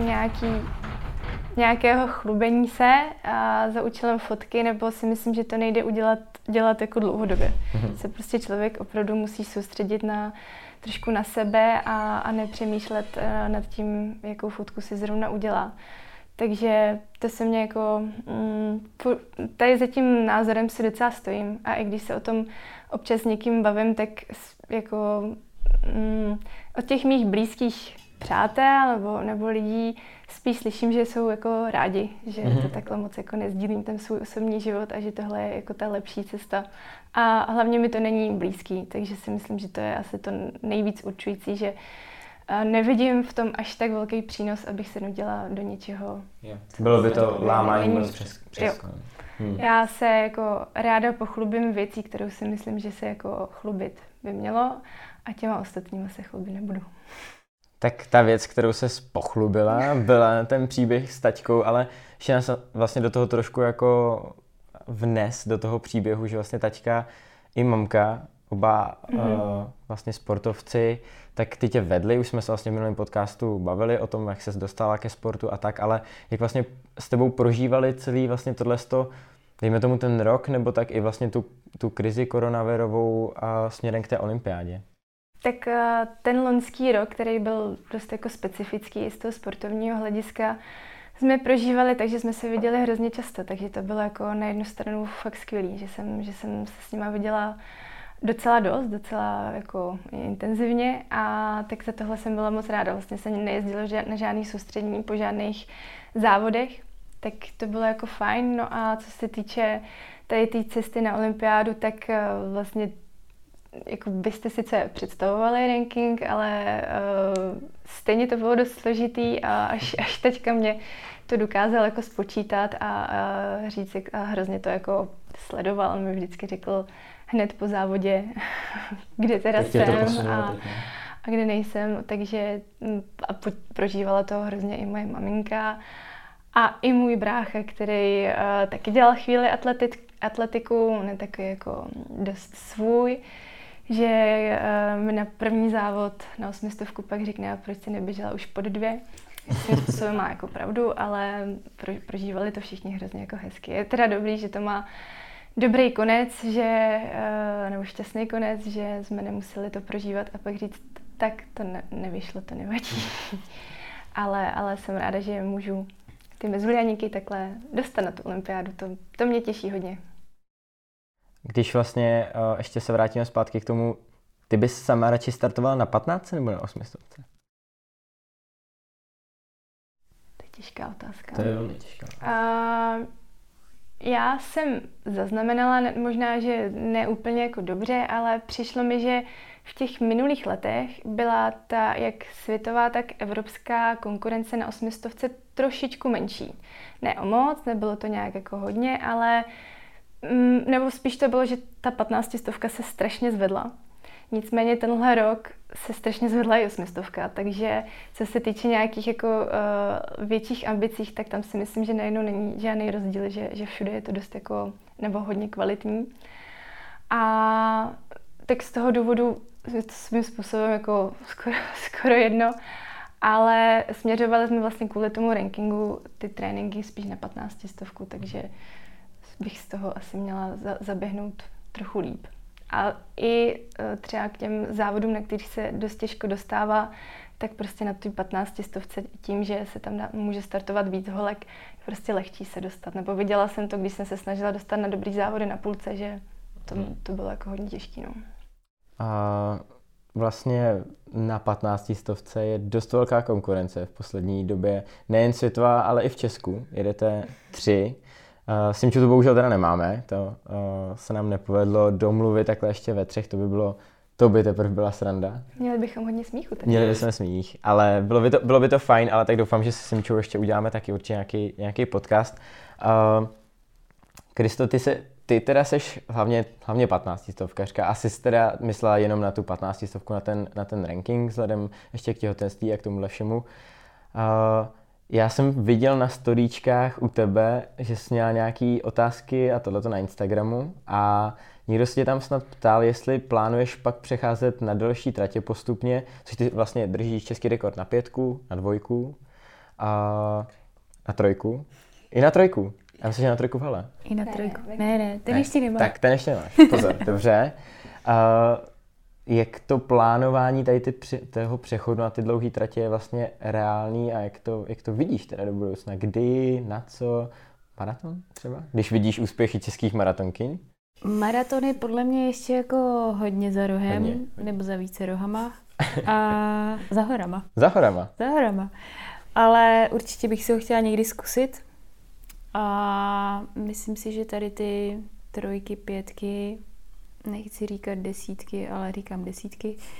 Speaker 2: nějakého chlubení se a za účelem fotky, nebo si myslím, že to nejde dělat jako dlouhodobě. Se prostě člověk opravdu musí soustředit trošku na sebe a nepřemýšlet nad tím, jakou fotku si zrovna udělá. Takže to se mě jako... Tady za tím názorem si docela stojím a i když se o tom občas s někým bavím, tak jako od těch mých blízkých přátel nebo lidí spíš slyším, že jsou jako rádi, že to takhle moc jako nezdílím ten svůj osobní život a že tohle je jako ta lepší cesta. A hlavně mi to není blízký, takže si myslím, že to je asi to nejvíc určující, že nevidím v tom až tak velký přínos, abych se nudila do něčeho.
Speaker 1: Bylo by to lámání přes.
Speaker 2: Já se jako ráda pochlubím věcí, kterou si myslím, že se jako chlubit by mělo a těma ostatníma se chlubit nebudu.
Speaker 1: Tak ta věc, kterou se pochlubila, byla ten příběh s taťkou, ale ještě nás vlastně do toho trošku jako vnes, do toho příběhu, že vlastně taťka i mamka, oba vlastně sportovci, tak ty tě vedli, už jsme se vlastně v minulém podcastu bavili o tom, jak ses dostala ke sportu a tak, ale jak vlastně s tebou prožívali celý vlastně tohleto, dejme tomu ten rok, nebo tak i vlastně tu krizi koronavirovou a směrem k té olympiádě?
Speaker 2: Tak ten loňský rok, který byl dost jako specifický z toho sportovního hlediska, jsme prožívali, takže jsme se viděli hrozně často, takže to bylo jako na jednu stranu fakt skvělý, že jsem se s nima viděla docela jako intenzivně a tak za tohle jsem byla moc ráda. Vlastně jsem nejezdila na žádný soustředění po žádných závodech, tak to bylo jako fajn. No a co se týče tady té cesty na olympiádu, tak vlastně jako byste sice představovali ranking, ale stejně to bylo dost složitý a až teďka mě to dokázal jako spočítat a říct, a hrozně to jako sledoval. On mi vždycky řekl hned po závodě, kde teda jsem a kde nejsem. Takže prožívala to hrozně i moje maminka a i můj brácha, který taky dělal chvíli atletiku, ne taky jako dost svůj, že mi na první závod na 800 pak řekne, proč jsi neběžela už pod 2. Svým způsobem má jako pravdu, ale prožívali to všichni hrozně jako hezky. Je teda dobrý, že to má dobrý konec, že, nebo šťastný konec, že jsme nemuseli to prožívat a pak říct, tak to nevyšlo, to nevadí. ale jsem ráda, že můžu ty mezulianíky takhle dostat na tu olympiádu, to mě těší hodně.
Speaker 1: Když vlastně ještě se vrátíme zpátky k tomu, ty bys sama radši startovala na 15 nebo na 800?
Speaker 2: To je těžká otázka.
Speaker 1: To je velmi těžká.
Speaker 2: Já jsem zaznamenala, možná, že ne úplně jako dobře, ale přišlo mi, že v těch minulých letech byla ta jak světová, tak evropská konkurence na 800 trošičku menší. Ne o moc, nebylo to nějak jako hodně, ale nebo spíš to bylo, že ta 15 stovka se strašně zvedla. Nicméně tenhle rok se strašně zvedla i 800, takže co se týče nějakých jako větších ambicích, tak tam si myslím, že najednou není žádný rozdíl, že všude je to dost jako, nebo hodně kvalitní. A tak z toho důvodu je to svým způsobem jako skoro jedno, ale směřovali jsme vlastně kvůli tomu rankingu ty tréninky spíš na 15 stovku, takže bych z toho asi měla zaběhnout trochu líp. A i třeba k těm závodům, na kterých se dost těžko dostává, tak prostě na tu 15 stovce tím, že se tam může startovat víc holek, je prostě lehčí se dostat. Nebo viděla jsem to, když jsem se snažila dostat na dobrý závody na půlce, že to bylo jako hodně těžký. No.
Speaker 1: A vlastně na 15 stovce je dost velká konkurence v poslední době, nejen světová, ale i v Česku. Jedete 3. Simču tu bohužel teda nemáme, to se nám nepovedlo domluvit takhle ještě ve 3, to by teprve byla sranda.
Speaker 2: Měli bychom hodně smíchu. Tak.
Speaker 1: Měli bychom smích, ale bylo by to fajn, ale tak doufám, že s Simčou ještě uděláme taky určitě nějaký podcast. Kristo, ty teda seš hlavně 15 stovkařka, asi jsi teda myslela jenom na tu 15 stovku, na ten ranking, vzhledem ještě k těhotenství a k tomuhle všemu. Já jsem viděl na storíčkách u tebe, že jsi měla nějaký otázky a tohleto na Instagramu a někdo se tě tam snad ptal, jestli plánuješ pak přecházet na delší tratě postupně, což ty vlastně držíš český rekord na 5, na 2 a na 3. I na 3. Já myslím, že na 3 v hale.
Speaker 3: I na 3. Ne, ten ještě nemá.
Speaker 1: Tak ten ještě nemáš, pozor, dobře. Jak to plánování tady toho přechodu na ty dlouhé tratě je vlastně reálný a jak to vidíš teda do budoucna? Kdy, na co? Maraton třeba? Když vidíš úspěchy českých maratonkyň?
Speaker 3: Maratony podle mě ještě jako hodně za rohem, hodně. Nebo za více rohama a za horama.
Speaker 1: Za horama?
Speaker 3: Za horama. Ale určitě bych si ho chtěla někdy zkusit a myslím si, že tady ty 3, 5, nechci říkat 10, ale říkám 10,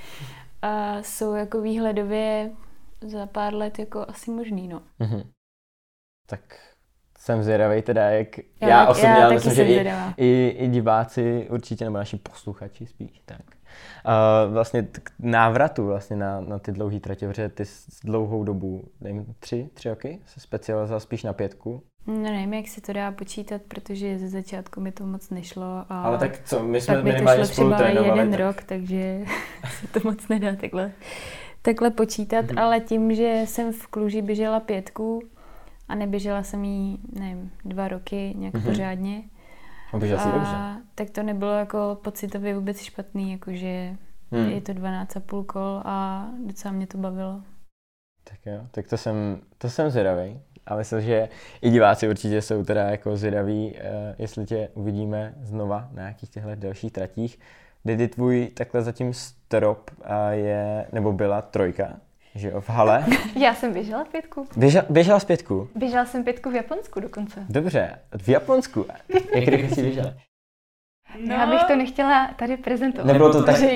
Speaker 3: a jsou jako výhledově za pár let jako asi možný, no.
Speaker 1: Mm-hmm. Tak jsem zvědavej teda, jak já osobně, ale myslím, že i diváci určitě, nebo naši posluchači spíš, tak. Vlastně k návratu vlastně na ty dlouhé tratě, protože ty s dlouhou dobu, dejme 3 roky, se specializoval spíš na 5.
Speaker 3: No nevím, jak se to dá počítat, protože ze začátku mi to moc nešlo.
Speaker 1: Ale tak co, my jsme minimálně spolu trénovali.
Speaker 3: 1 rok, takže se to moc nedá takhle počítat, ale tím, že jsem v Kluži běžela 5 a neběžela jsem jí, nevím, 2 roky nějak pořádně.
Speaker 1: A běžela si dobře.
Speaker 3: Tak to nebylo jako pocitově vůbec špatný, jakože je to 12,5 kol a docela mě to bavilo.
Speaker 1: Tak jo, tak to jsem zvědavej. A myslím, že i diváci určitě jsou teda jako zvědaví, jestli tě uvidíme znova na nějakých těchto delších tratích. Kdy tvůj takhle zatím strop nebo byla 3, že jo, v hale?
Speaker 2: Já jsem běžela 5.
Speaker 1: Běžela z 5?
Speaker 2: Běžela jsem 5 v Japonsku dokonce.
Speaker 1: Dobře, v Japonsku? Jak rychle jsi běžela?
Speaker 2: No. Já bych to nechtěla tady prezentovat.
Speaker 1: Nebylo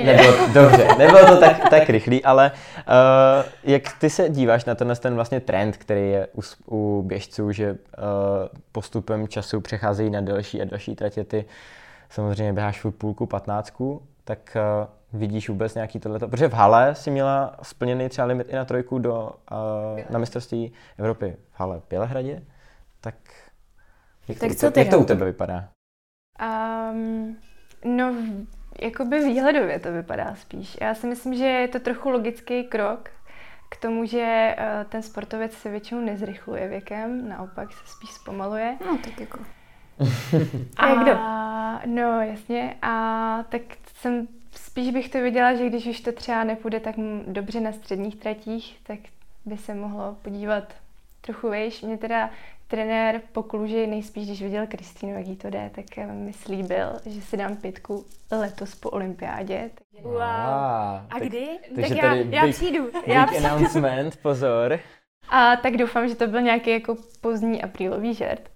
Speaker 1: to tak rychlý, ale jak ty se díváš na ten vlastně trend, který je u běžců, že postupem času přecházejí na delší a delší tratě, ty samozřejmě běháš furt 5, 15, tak vidíš vůbec nějaký tohleto? Protože v hale si měla splněný třeba limit i na 3 na mistrovství Evropy v hale v Bělehradě, tak jak to u tebe vypadá?
Speaker 2: No, jakoby výhledově to vypadá spíš. Já si myslím, že je to trochu logický krok k tomu, že ten sportovec se většinou nezrychluje věkem, naopak se spíš zpomaluje.
Speaker 3: No, tak jako. A jak kdo?
Speaker 2: No jasně, a tak spíš bych to viděla, že když už to třeba nepůjde tak dobře na středních tratích, tak by se mohlo podívat trochu vejš. Mě teda trenér po Kluži nejspíš, když viděl Kristýnu, jak jí to jde, tak mi slíbil, že si dám 5 letos po olympiádě.
Speaker 3: Wow. A kdy?
Speaker 1: Takže
Speaker 3: tak
Speaker 1: tady
Speaker 3: já přijdu.
Speaker 1: Big announcement, pozor.
Speaker 2: A tak doufám, že to byl nějaký jako pozdní aprílový žert.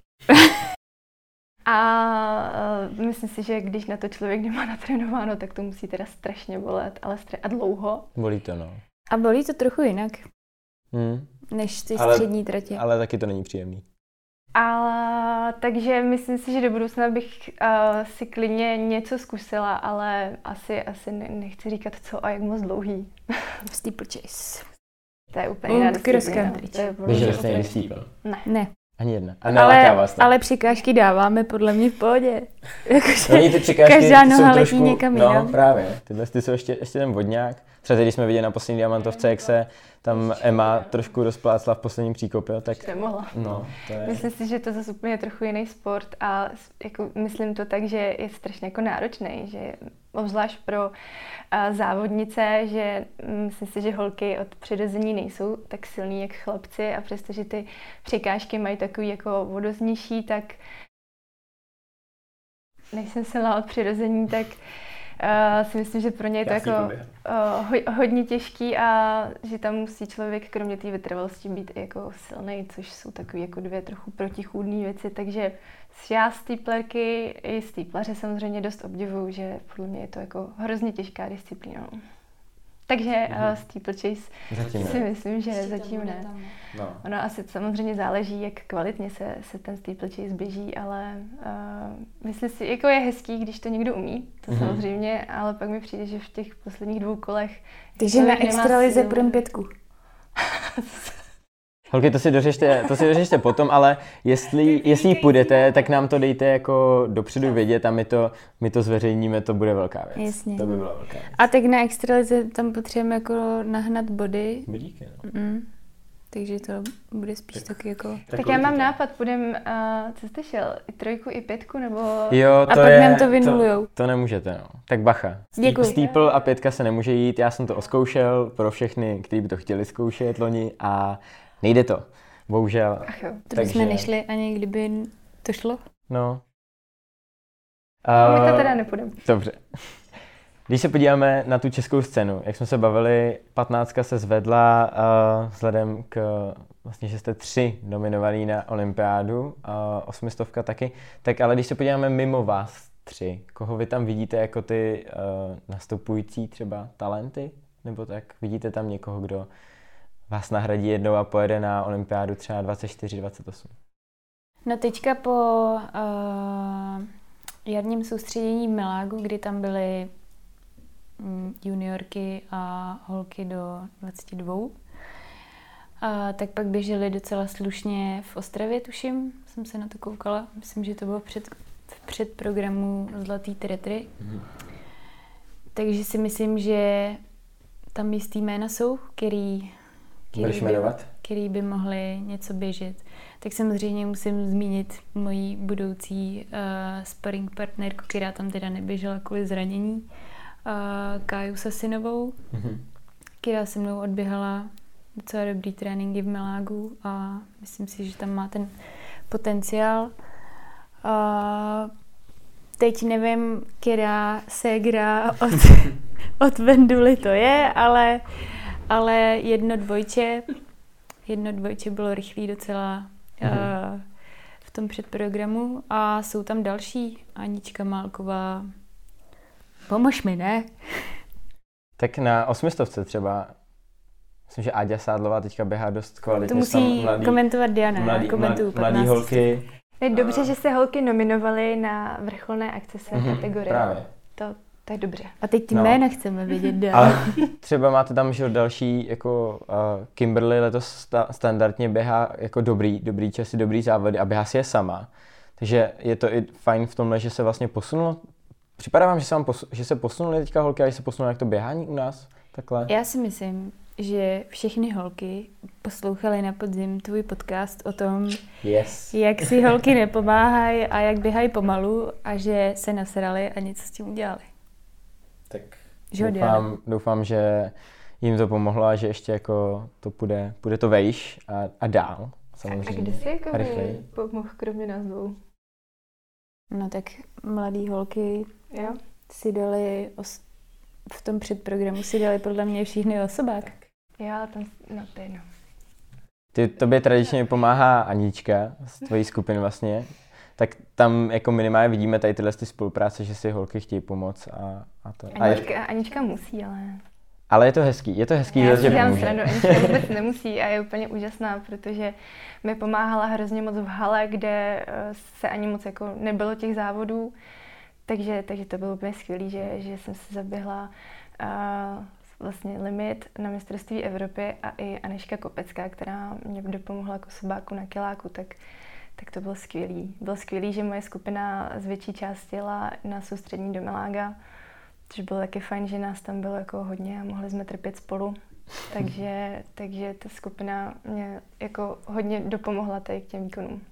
Speaker 2: A myslím si, že když na to člověk nemá natrénováno, tak to musí teda strašně bolet, ale a dlouho.
Speaker 1: Bolí to, no.
Speaker 3: A bolí to trochu jinak, než ty střední tratě.
Speaker 1: Ale taky to není příjemný.
Speaker 2: Takže myslím si, že do budoucna bych si klidně něco zkusila, ale asi nechci říkat co a jak moc dlouhý.
Speaker 3: Steeplechase.
Speaker 2: To je úplně jiná disciplína.
Speaker 1: Běželi jste někdy steeple?
Speaker 3: Ne.
Speaker 1: Ani jedna. A neláká vás to?
Speaker 3: Ale přikážky dáváme podle mě v pohodě.
Speaker 1: Oni ty přikážky
Speaker 3: každá noha
Speaker 1: trošku,
Speaker 3: letí někam jinam.
Speaker 1: No právě. Tyhle jsou ještě ten vodňák. Třeba když jsme viděli na poslední diamantovce, jak se tam Emma trošku rozplácla v posledním příkopě, tak...
Speaker 2: Nemohla.
Speaker 1: No, to je...
Speaker 2: Myslím si, že to zase úplně trochu jiný sport a jako myslím to tak, že je strašně jako náročný, že obzvlášť pro závodnice, že myslím si, že holky od přirození nejsou tak silný jak chlapci a přestože ty překážky mají takový jako vodoznější, tak nejsem silná od přirození, tak si myslím, že pro ně je to jako hodně těžký a že tam musí člověk kromě té vytrvalosti být i jako silnej, což jsou takové jako 2 trochu protichůdné věci, takže já steeplerky i steeplaře samozřejmě dost obdivuju, že podle mě je to jako hrozně těžká disciplína. Takže steeplechase si myslím, že zatím ne.
Speaker 1: No.
Speaker 2: Ono asi samozřejmě záleží, jak kvalitně se ten steeplechase běží, ale myslím si, jako je hezký, když to někdo umí, to samozřejmě, ale pak mi přijde, že v těch posledních 2 kolech...
Speaker 3: Takže na extralize půjdem 5.
Speaker 1: Holky, to si dořešte potom, ale jestli půjdete, tak nám to dejte jako dopředu vědět a my to zveřejníme, to bude velká věc.
Speaker 3: Jasně.
Speaker 1: To by byla velká věc.
Speaker 3: A tak na extralize tam potřebujeme jako nahnat body.
Speaker 1: Bodíky, no.
Speaker 3: Takže to bude spíš taky jako...
Speaker 2: Tak já mám nápad, půjdem, co jste šel, i 3 i 5, nebo...
Speaker 1: Jo,
Speaker 3: a pak nám to vynulujou.
Speaker 1: To nemůžete, no. Tak bacha.
Speaker 3: Děkuji.
Speaker 1: Steeple a 5 se nemůže jít, já jsem to oskoušel pro všechny, kteří by to chtěli zkoušet loni a nejde to, bohužel.
Speaker 2: Ach jo.
Speaker 3: To bychom nešli ani kdyby to šlo.
Speaker 1: No.
Speaker 2: My to teda nepůjdeme.
Speaker 1: Dobře. Když se podíváme na tu českou scénu, jak jsme se bavili, 15 se zvedla vzhledem k vlastně, že jste 3 nominovaní na olympiádu, 800 taky, tak ale když se podíváme mimo vás 3, koho vy tam vidíte jako ty nastupující třeba talenty, nebo tak vidíte tam někoho, kdo vás nahradí jednou a pojede na olympiádu třeba 24-28?
Speaker 3: No teďka po jarním soustředění v Milágu, kdy tam byly juniorky a holky do 22, tak pak běželi docela slušně v Ostravě, tuším, jsem se na to koukala. Myslím, že to bylo v předprogramu Zlatý tretry. Takže si myslím, že tam jistý jména jsou, který by mohli něco běžet. Tak samozřejmě musím zmínit moji budoucí sparring partnerku, která tam teda neběžela kvůli zranění, Káju Sasinovou, která se mnou odběhala docela dobrý tréninky v Milágu a myslím si, že tam má ten potenciál. Teď nevím, která ségra od Venduly to je, ale jedno dvojče bylo rychlý docela v tom předprogramu a jsou tam další. Anička Málková. Pomož mi, ne?
Speaker 1: Tak na 800 třeba, myslím, že Áďa Sádlová teďka běhá dost kvalitně.
Speaker 3: To musí komentovat Diana.
Speaker 1: Mladý holky.
Speaker 2: Je dobře, že se holky nominovaly na vrcholné akce své kategorie.
Speaker 1: Právě.
Speaker 2: To je dobře.
Speaker 3: A teď ty jména chceme vědět dál.
Speaker 1: Ale třeba máte tam že další, jako Kimberly letos standardně běhá jako dobrý časy, dobrý závody a běhá si je sama. Takže je to i fajn v tomhle, že se vlastně posunulo. Připadá vám, že se posunuli teďka holky a že se posunulo jak to běhání u nás? Takhle?
Speaker 3: Já si myslím, že všechny holky poslouchaly na podzim tvůj podcast o tom,
Speaker 1: Yes.
Speaker 3: jak si holky nepomáhají a jak běhají pomalu a že se nasrali a něco s tím udělali.
Speaker 1: Tak
Speaker 3: Že
Speaker 1: doufám, že jim to pomohlo a že ještě jako to půjde to vejš a dál. Samozřejmě.
Speaker 2: A kde jsi jako
Speaker 1: rychleji.
Speaker 2: pomohl kromě nás dvou?
Speaker 3: No tak mladý holky
Speaker 2: Jo?
Speaker 3: si dali, v tom předprogramu si dali podle mě všichni osobák.
Speaker 2: Jo, ale tam, no to je jedno.
Speaker 1: Tobě tradičně pomáhá Anička z tvojí skupiny vlastně, tak tam jako minimálně vidíme tady tyhle ty spolupráce, že si holky chtějí pomoct a to.
Speaker 2: Anička musí, ale...
Speaker 1: Ale je to hezký,
Speaker 2: Já
Speaker 1: že
Speaker 2: si dělám
Speaker 1: pomůže.
Speaker 2: srandu, Anička vůbec nemusí a je úplně úžasná, protože mi pomáhala hrozně moc v hale, kde se ani moc jako nebylo těch závodů, takže to bylo úplně skvělý, že jsem si zaběhla vlastně limit na mistrovství Evropy a i Anežka Kopecká, která mě dopomohla jako sobáku na kiláku, tak to bylo skvělý. Bylo skvělý, že moje skupina z větší části jela na soustřední do Milága, což bylo taky fajn, že nás tam bylo jako hodně a mohli jsme trpět spolu. Takže ta skupina mě jako hodně dopomohla tady k těm výkonům.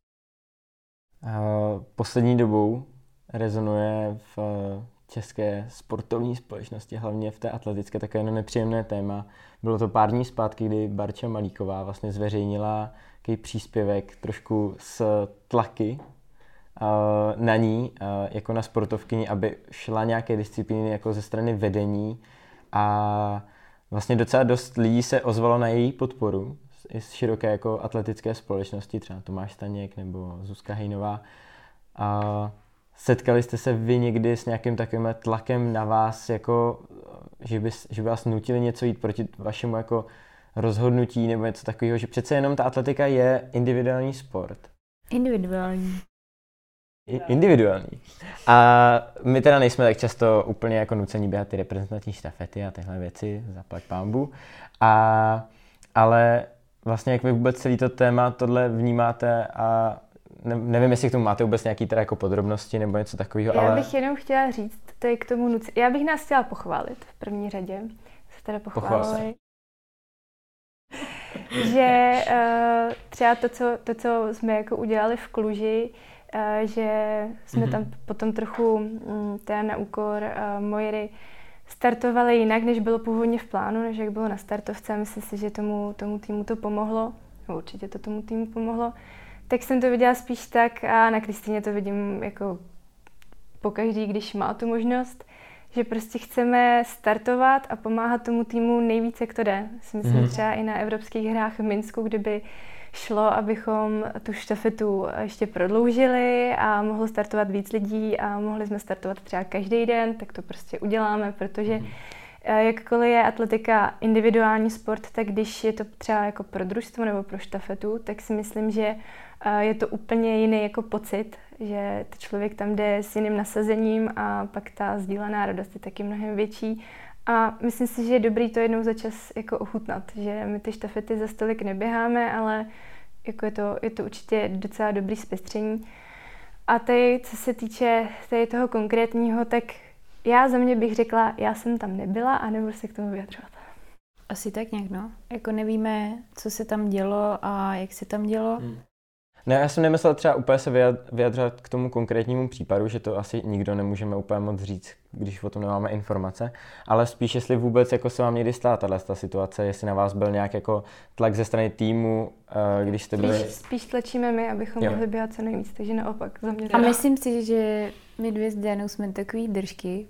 Speaker 1: Poslední dobou rezonuje v české sportovní společnosti, hlavně v té atletické, takové jedno nepříjemné téma. Bylo to pár dní zpátky, kdy Barča Malíková vlastně zveřejnila takový příspěvek trošku s tlaky na ní, jako na sportovkyni, aby šla nějaké disciplíny jako ze strany vedení a vlastně docela dost lidí se ozvalo na její podporu i z široké jako atletické společnosti, třeba Tomáš Staněk nebo Zuzka Hejnová. Setkali jste se vy někdy s nějakým takovým tlakem na vás, jako, že by vás nutili něco jít proti vašemu jako rozhodnutí nebo něco takového, že přece jenom ta atletika je individuální sport.
Speaker 3: Individuální.
Speaker 1: Individuální. A my teda nejsme tak často úplně jako nucení běhat ty reprezentační štafety a tyhle věci, zaplať pánbu. Ale vlastně jak vy vůbec celý to téma tohle vnímáte a nevím, jestli k tomu máte vůbec nějaký teda jako podrobnosti nebo něco takového, ale...
Speaker 2: Já bych jenom chtěla říct, tady k tomu já bych nás chtěla pochválit v první řadě. Se teda pochválili. Že třeba to, co jsme jako udělali v Kluži, že jsme tam potom trochu teda na úkor Mojry startovali jinak, než bylo původně v plánu, než jak bylo na startovce. Myslím si, že tomu týmu to pomohlo. No, určitě to tomu týmu pomohlo. Tak jsem to viděla spíš tak a na Kristýně to vidím jako pokaždý, když má tu možnost, že prostě chceme startovat a pomáhat tomu týmu nejvíc, jak to jde. Myslím třeba i na evropských hrách v Minsku, kdyby šlo, abychom tu štafetu ještě prodloužili a mohlo startovat víc lidí a mohli jsme startovat třeba každý den, tak to prostě uděláme, protože jakkoliv je atletika individuální sport, tak když je to třeba jako pro družstvo nebo pro štafetu, tak si myslím, že je to úplně jiný jako pocit, že člověk tam jde s jiným nasazením a pak ta sdílená radost je taky mnohem větší. A myslím si, že je dobrý to jednou za čas jako ochutnat, že my ty štafety za stolik neběháme, ale jako je to určitě docela dobrý zpestření. A tady, co se týče tady toho konkrétního, tak já za mě bych řekla, já jsem tam nebyla a nebudu se k tomu vyjadřovat.
Speaker 3: Asi tak nějak, no. Jako nevíme, co se tam dělo a jak se tam dělo.
Speaker 1: Ne, já jsem nemyslel třeba úplně se vyjadřovat k tomu konkrétnímu případu, že to asi nikdo nemůžeme úplně moc říct, když o tom nemáme informace, ale spíš, jestli vůbec jako se vám někdy stala ta situace, jestli na vás byl nějak jako tlak ze strany týmu, když jste byli...
Speaker 2: Spíš tlačíme my, abychom mohli běhat co nejvíc, takže naopak za mě.
Speaker 3: A myslím si, že my dvě s Dianou jsme takový držky,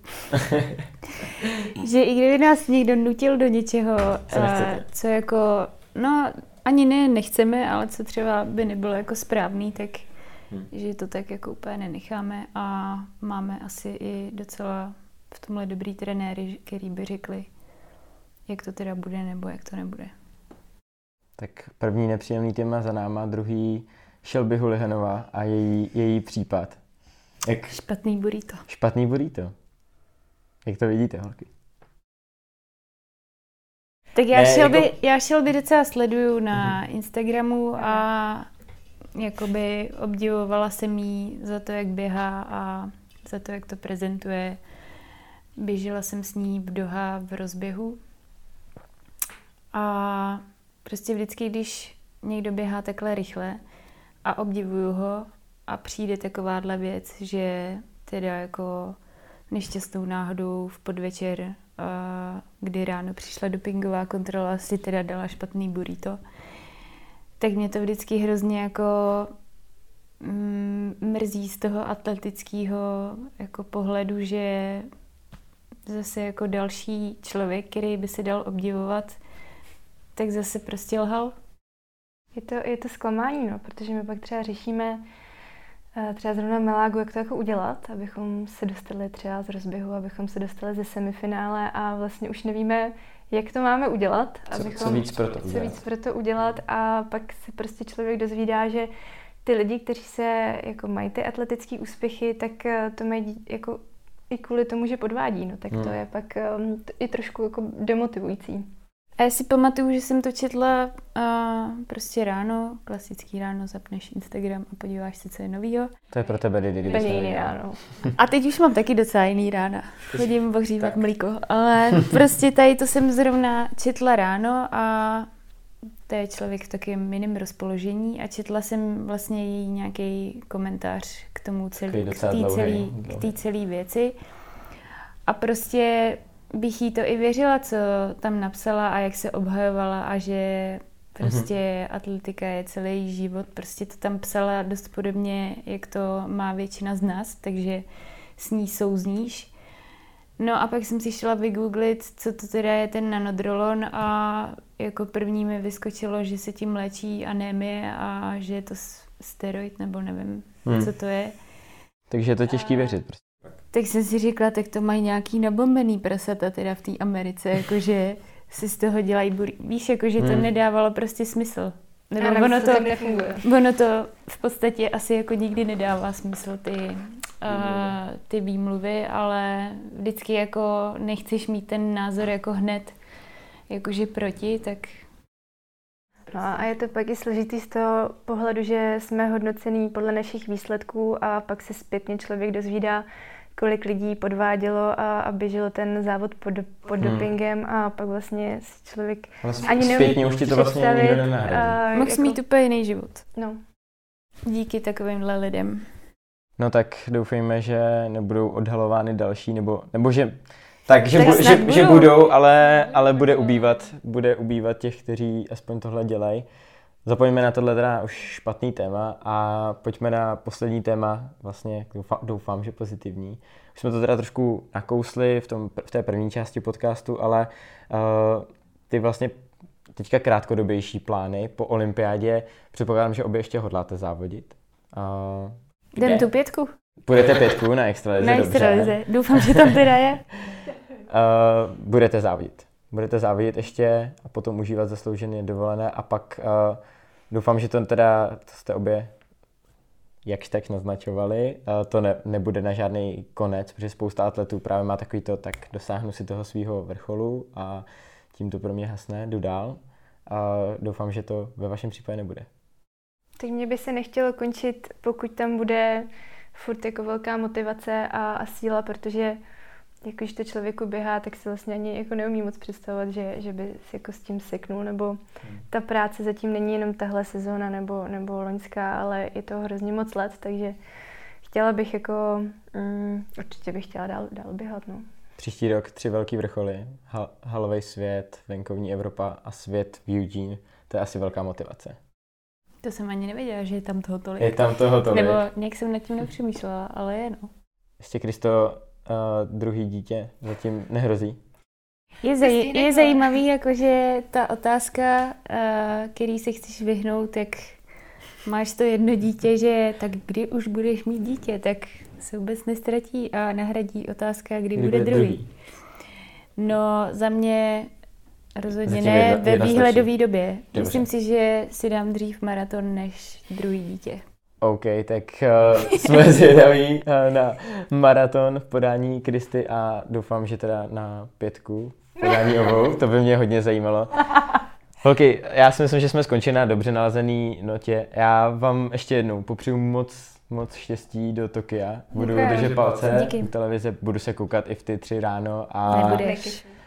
Speaker 3: že i kdyby nás někdo nutil do něčeho, co jako, no ani nechceme, ale co třeba by nebylo jako správný, tak že to tak jako úplně nenecháme a máme asi i docela v tomhle dobrý trenéry, který by řekli, jak to teda bude nebo jak to nebude.
Speaker 1: Tak první nepříjemný téma za náma, druhý Shelby Hulihanová a její případ.
Speaker 3: Špatný burrito.
Speaker 1: Špatný burrito. Jak to vidíte, holky?
Speaker 3: Tak já Shelby docela sleduju na Instagramu a jakoby obdivovala jsem jí za to, jak běhá a za to, jak to prezentuje. Běžela jsem s ní v Doha v rozběhu A prostě vždycky, když někdo běhá takhle rychle a obdivuju ho a přijde takováhle věc, že teda jako nešťastnou náhodou v podvečer, kdy ráno přišla dopingová kontrola, si teda dala špatný burrito, tak mě to vždycky hrozně jako mrzí z toho atletického jako pohledu, že zase jako další člověk, který by se dal obdivovat, tak zase prostě lhal.
Speaker 2: Je to zklamání, no, protože my pak třeba řešíme třeba zrovna Melágu, jak to jako udělat, abychom se dostali třeba z rozběhu, abychom se dostali ze semifinále a vlastně už nevíme, jak to máme udělat.
Speaker 1: Co víc pro to udělat
Speaker 2: A pak se prostě člověk dozvídá, že ty lidi, kteří se jako mají ty atletické úspěchy, tak to mají jako i kvůli tomu, že podvádí, no, tak to je pak i trošku jako demotivující.
Speaker 3: A já si pamatuju, že jsem to četla prostě ráno, klasický ráno, zapneš Instagram a podíváš se, co je novýho.
Speaker 1: To je pro tebe
Speaker 2: jiný ráno.
Speaker 3: A teď už mám taky docela jiný rána. Chodím ohřívat mlíko, ale prostě tady to jsem zrovna četla ráno a to je člověk v takovém jiném rozpoložení a četla jsem vlastně její nějaký komentář k tomu k té celé věci. A prostě bych jí to i věřila, co tam napsala a jak se obhajovala a že prostě atletika je celý život. Prostě to tam psala dost podobně, jak to má většina z nás, takže s ní souzníš. No a pak jsem si šla vygooglit, co to teda je ten nanodrolon a jako první mi vyskočilo, že se tím léčí anémie a že je to steroid nebo nevím, co to je.
Speaker 1: Takže je to těžký věřit prostě.
Speaker 3: Tak jsem si říkala, tak to mají nějaký nabombený prasata teda v té Americe, jakože si z toho dělají víš, jakože to nedávalo prostě smysl. Nebo ono to v podstatě asi jako nikdy nedává smysl ty výmluvy, ale vždycky jako nechceš mít ten názor jako hned jakože proti, tak...
Speaker 2: No a je to pak i složitý z toho pohledu, že jsme hodnocení podle našich výsledků a pak se zpětně člověk dozvídá, kolik lidí podvádělo a běželo ten závod pod dopingem a pak vlastně člověk ani
Speaker 1: neumí už ti to vlastně nikdo nenahradí.
Speaker 3: Mohl mít úplně jiný život.
Speaker 2: No.
Speaker 3: Díky takovýmhle lidem.
Speaker 1: No tak doufejme, že nebudou odhalovány další, nebo že budou, ale bude ubývat těch, kteří aspoň tohle dělají. Zapomeňme na tohle teda už špatný téma a pojďme na poslední téma, vlastně doufám, že pozitivní. Už jsme to teda trošku nakousli v té první části podcastu, ale ty vlastně teďka krátkodobější plány po olympiádě, předpokládám, že obě ještě hodláte závodit.
Speaker 3: Jdem tu 5.
Speaker 1: Půjdete 5 na extralize,
Speaker 3: na extralize. Doufám, že tam teda je.
Speaker 1: Budete závodit ještě a potom užívat zasloužené dovolené a pak doufám, že to jste obě jakž tak naznačovali, to nebude na žádný konec, protože spousta atletů právě má takový to, tak dosáhnu si toho svýho vrcholu a tím to pro mě hasne, jdu dál a doufám, že to ve vašem případě nebude.
Speaker 2: Tak mě by se nechtělo končit, pokud tam bude furt jako velká motivace a síla, protože jak když to člověku běhá, tak si vlastně ani jako neumí moc představovat, že by si jako s tím seknul, nebo ta práce zatím není jenom tahle sezóna nebo loňská, ale je to hrozně moc let, takže chtěla bych jako, určitě bych chtěla dál běhat, no.
Speaker 1: Příští rok 3 velký vrcholy, halový svět, venkovní Evropa a svět v Eugene, to je asi velká motivace.
Speaker 3: To jsem ani nevěděla, že je tam toho tolik.
Speaker 1: Je tam toho tolik.
Speaker 3: Nebo nějak jsem nad tím nepřemýšlela, ale je no.
Speaker 1: Ještě Kristo, druhý dítě zatím nehrozí?
Speaker 3: Je zajímavý, jakože ta otázka, který se chceš vyhnout, jak máš to jedno dítě, že tak kdy už budeš mít dítě, tak se vůbec nestratí a nahradí otázka, kdy bude druhý. No za mě rozhodně ne ve výhledové době. Myslím si, že si dám dřív maraton než druhý dítě.
Speaker 1: OK, tak jsme zvědaví na maraton v podání Kristy a doufám, že teda na 5 v podání obou, to by mě hodně zajímalo. Holky, já si myslím, že jsme skončili na dobře nalazený notě. Já vám ještě jednou popřeju moc štěstí do Tokia. Budu držet palce u televize, budu se koukat i v ty 3 ráno. A
Speaker 3: nebudeš.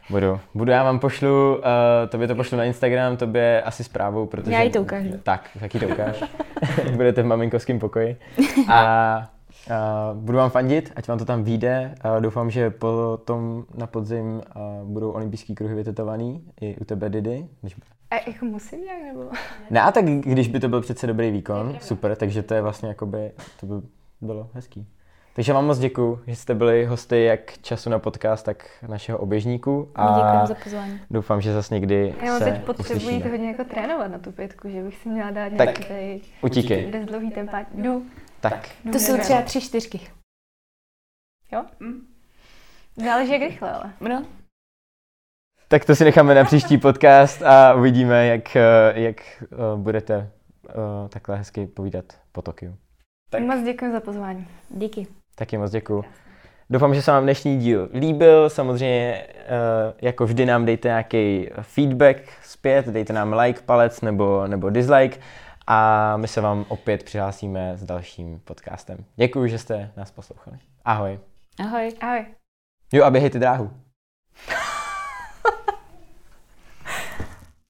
Speaker 1: Budu, já vám pošlu, tobě to pošlu na Instagram, tobě asi zprávou, protože...
Speaker 3: Já jí to ukážu.
Speaker 1: Tak jí to ukáž. Budete v maminkovském pokoji. A budu vám fandit, ať vám to tam vyjde. Doufám, že potom na podzim budou olympijský kruhy vytetovaný i u tebe, Didi.
Speaker 2: A jako musím nějak, nebo?
Speaker 1: Ne, a tak když by to byl přece dobrý výkon, super, takže to je vlastně jakoby, to by bylo hezký. Takže vám moc děkuju, že jste byli hosty jak času na podcast, tak našeho oběžníku. A
Speaker 3: děkuji za pozvání.
Speaker 1: Doufám, že zase někdy
Speaker 2: Já mám
Speaker 1: se
Speaker 2: teď potřebuji
Speaker 1: uslyšíme.
Speaker 2: hodně jako trénovat na tu 5, že bych si měla dát
Speaker 1: Tak,
Speaker 2: nějaký tady
Speaker 1: utíkej.
Speaker 2: bezdlouhý tempát. Jdu.
Speaker 1: Tak.
Speaker 3: To jsou třeba 3 4.
Speaker 2: Jo? Záleží jak rychle, ale.
Speaker 3: No.
Speaker 1: Tak to si necháme na příští podcast a uvidíme, jak budete takhle hezky povídat po Tokiu.
Speaker 2: Tak. Moc děkuji za pozvání.
Speaker 3: Díky.
Speaker 1: Taky moc děkuju. Doufám, že se vám dnešní díl líbil. Samozřejmě, jako vždy nám dejte nějaký feedback zpět, dejte nám like, palec nebo dislike a my se vám opět přihlásíme s dalším podcastem. Děkuju, že jste nás poslouchali. Ahoj.
Speaker 3: Ahoj.
Speaker 2: Ahoj.
Speaker 1: Jo, a běhejte dráhu.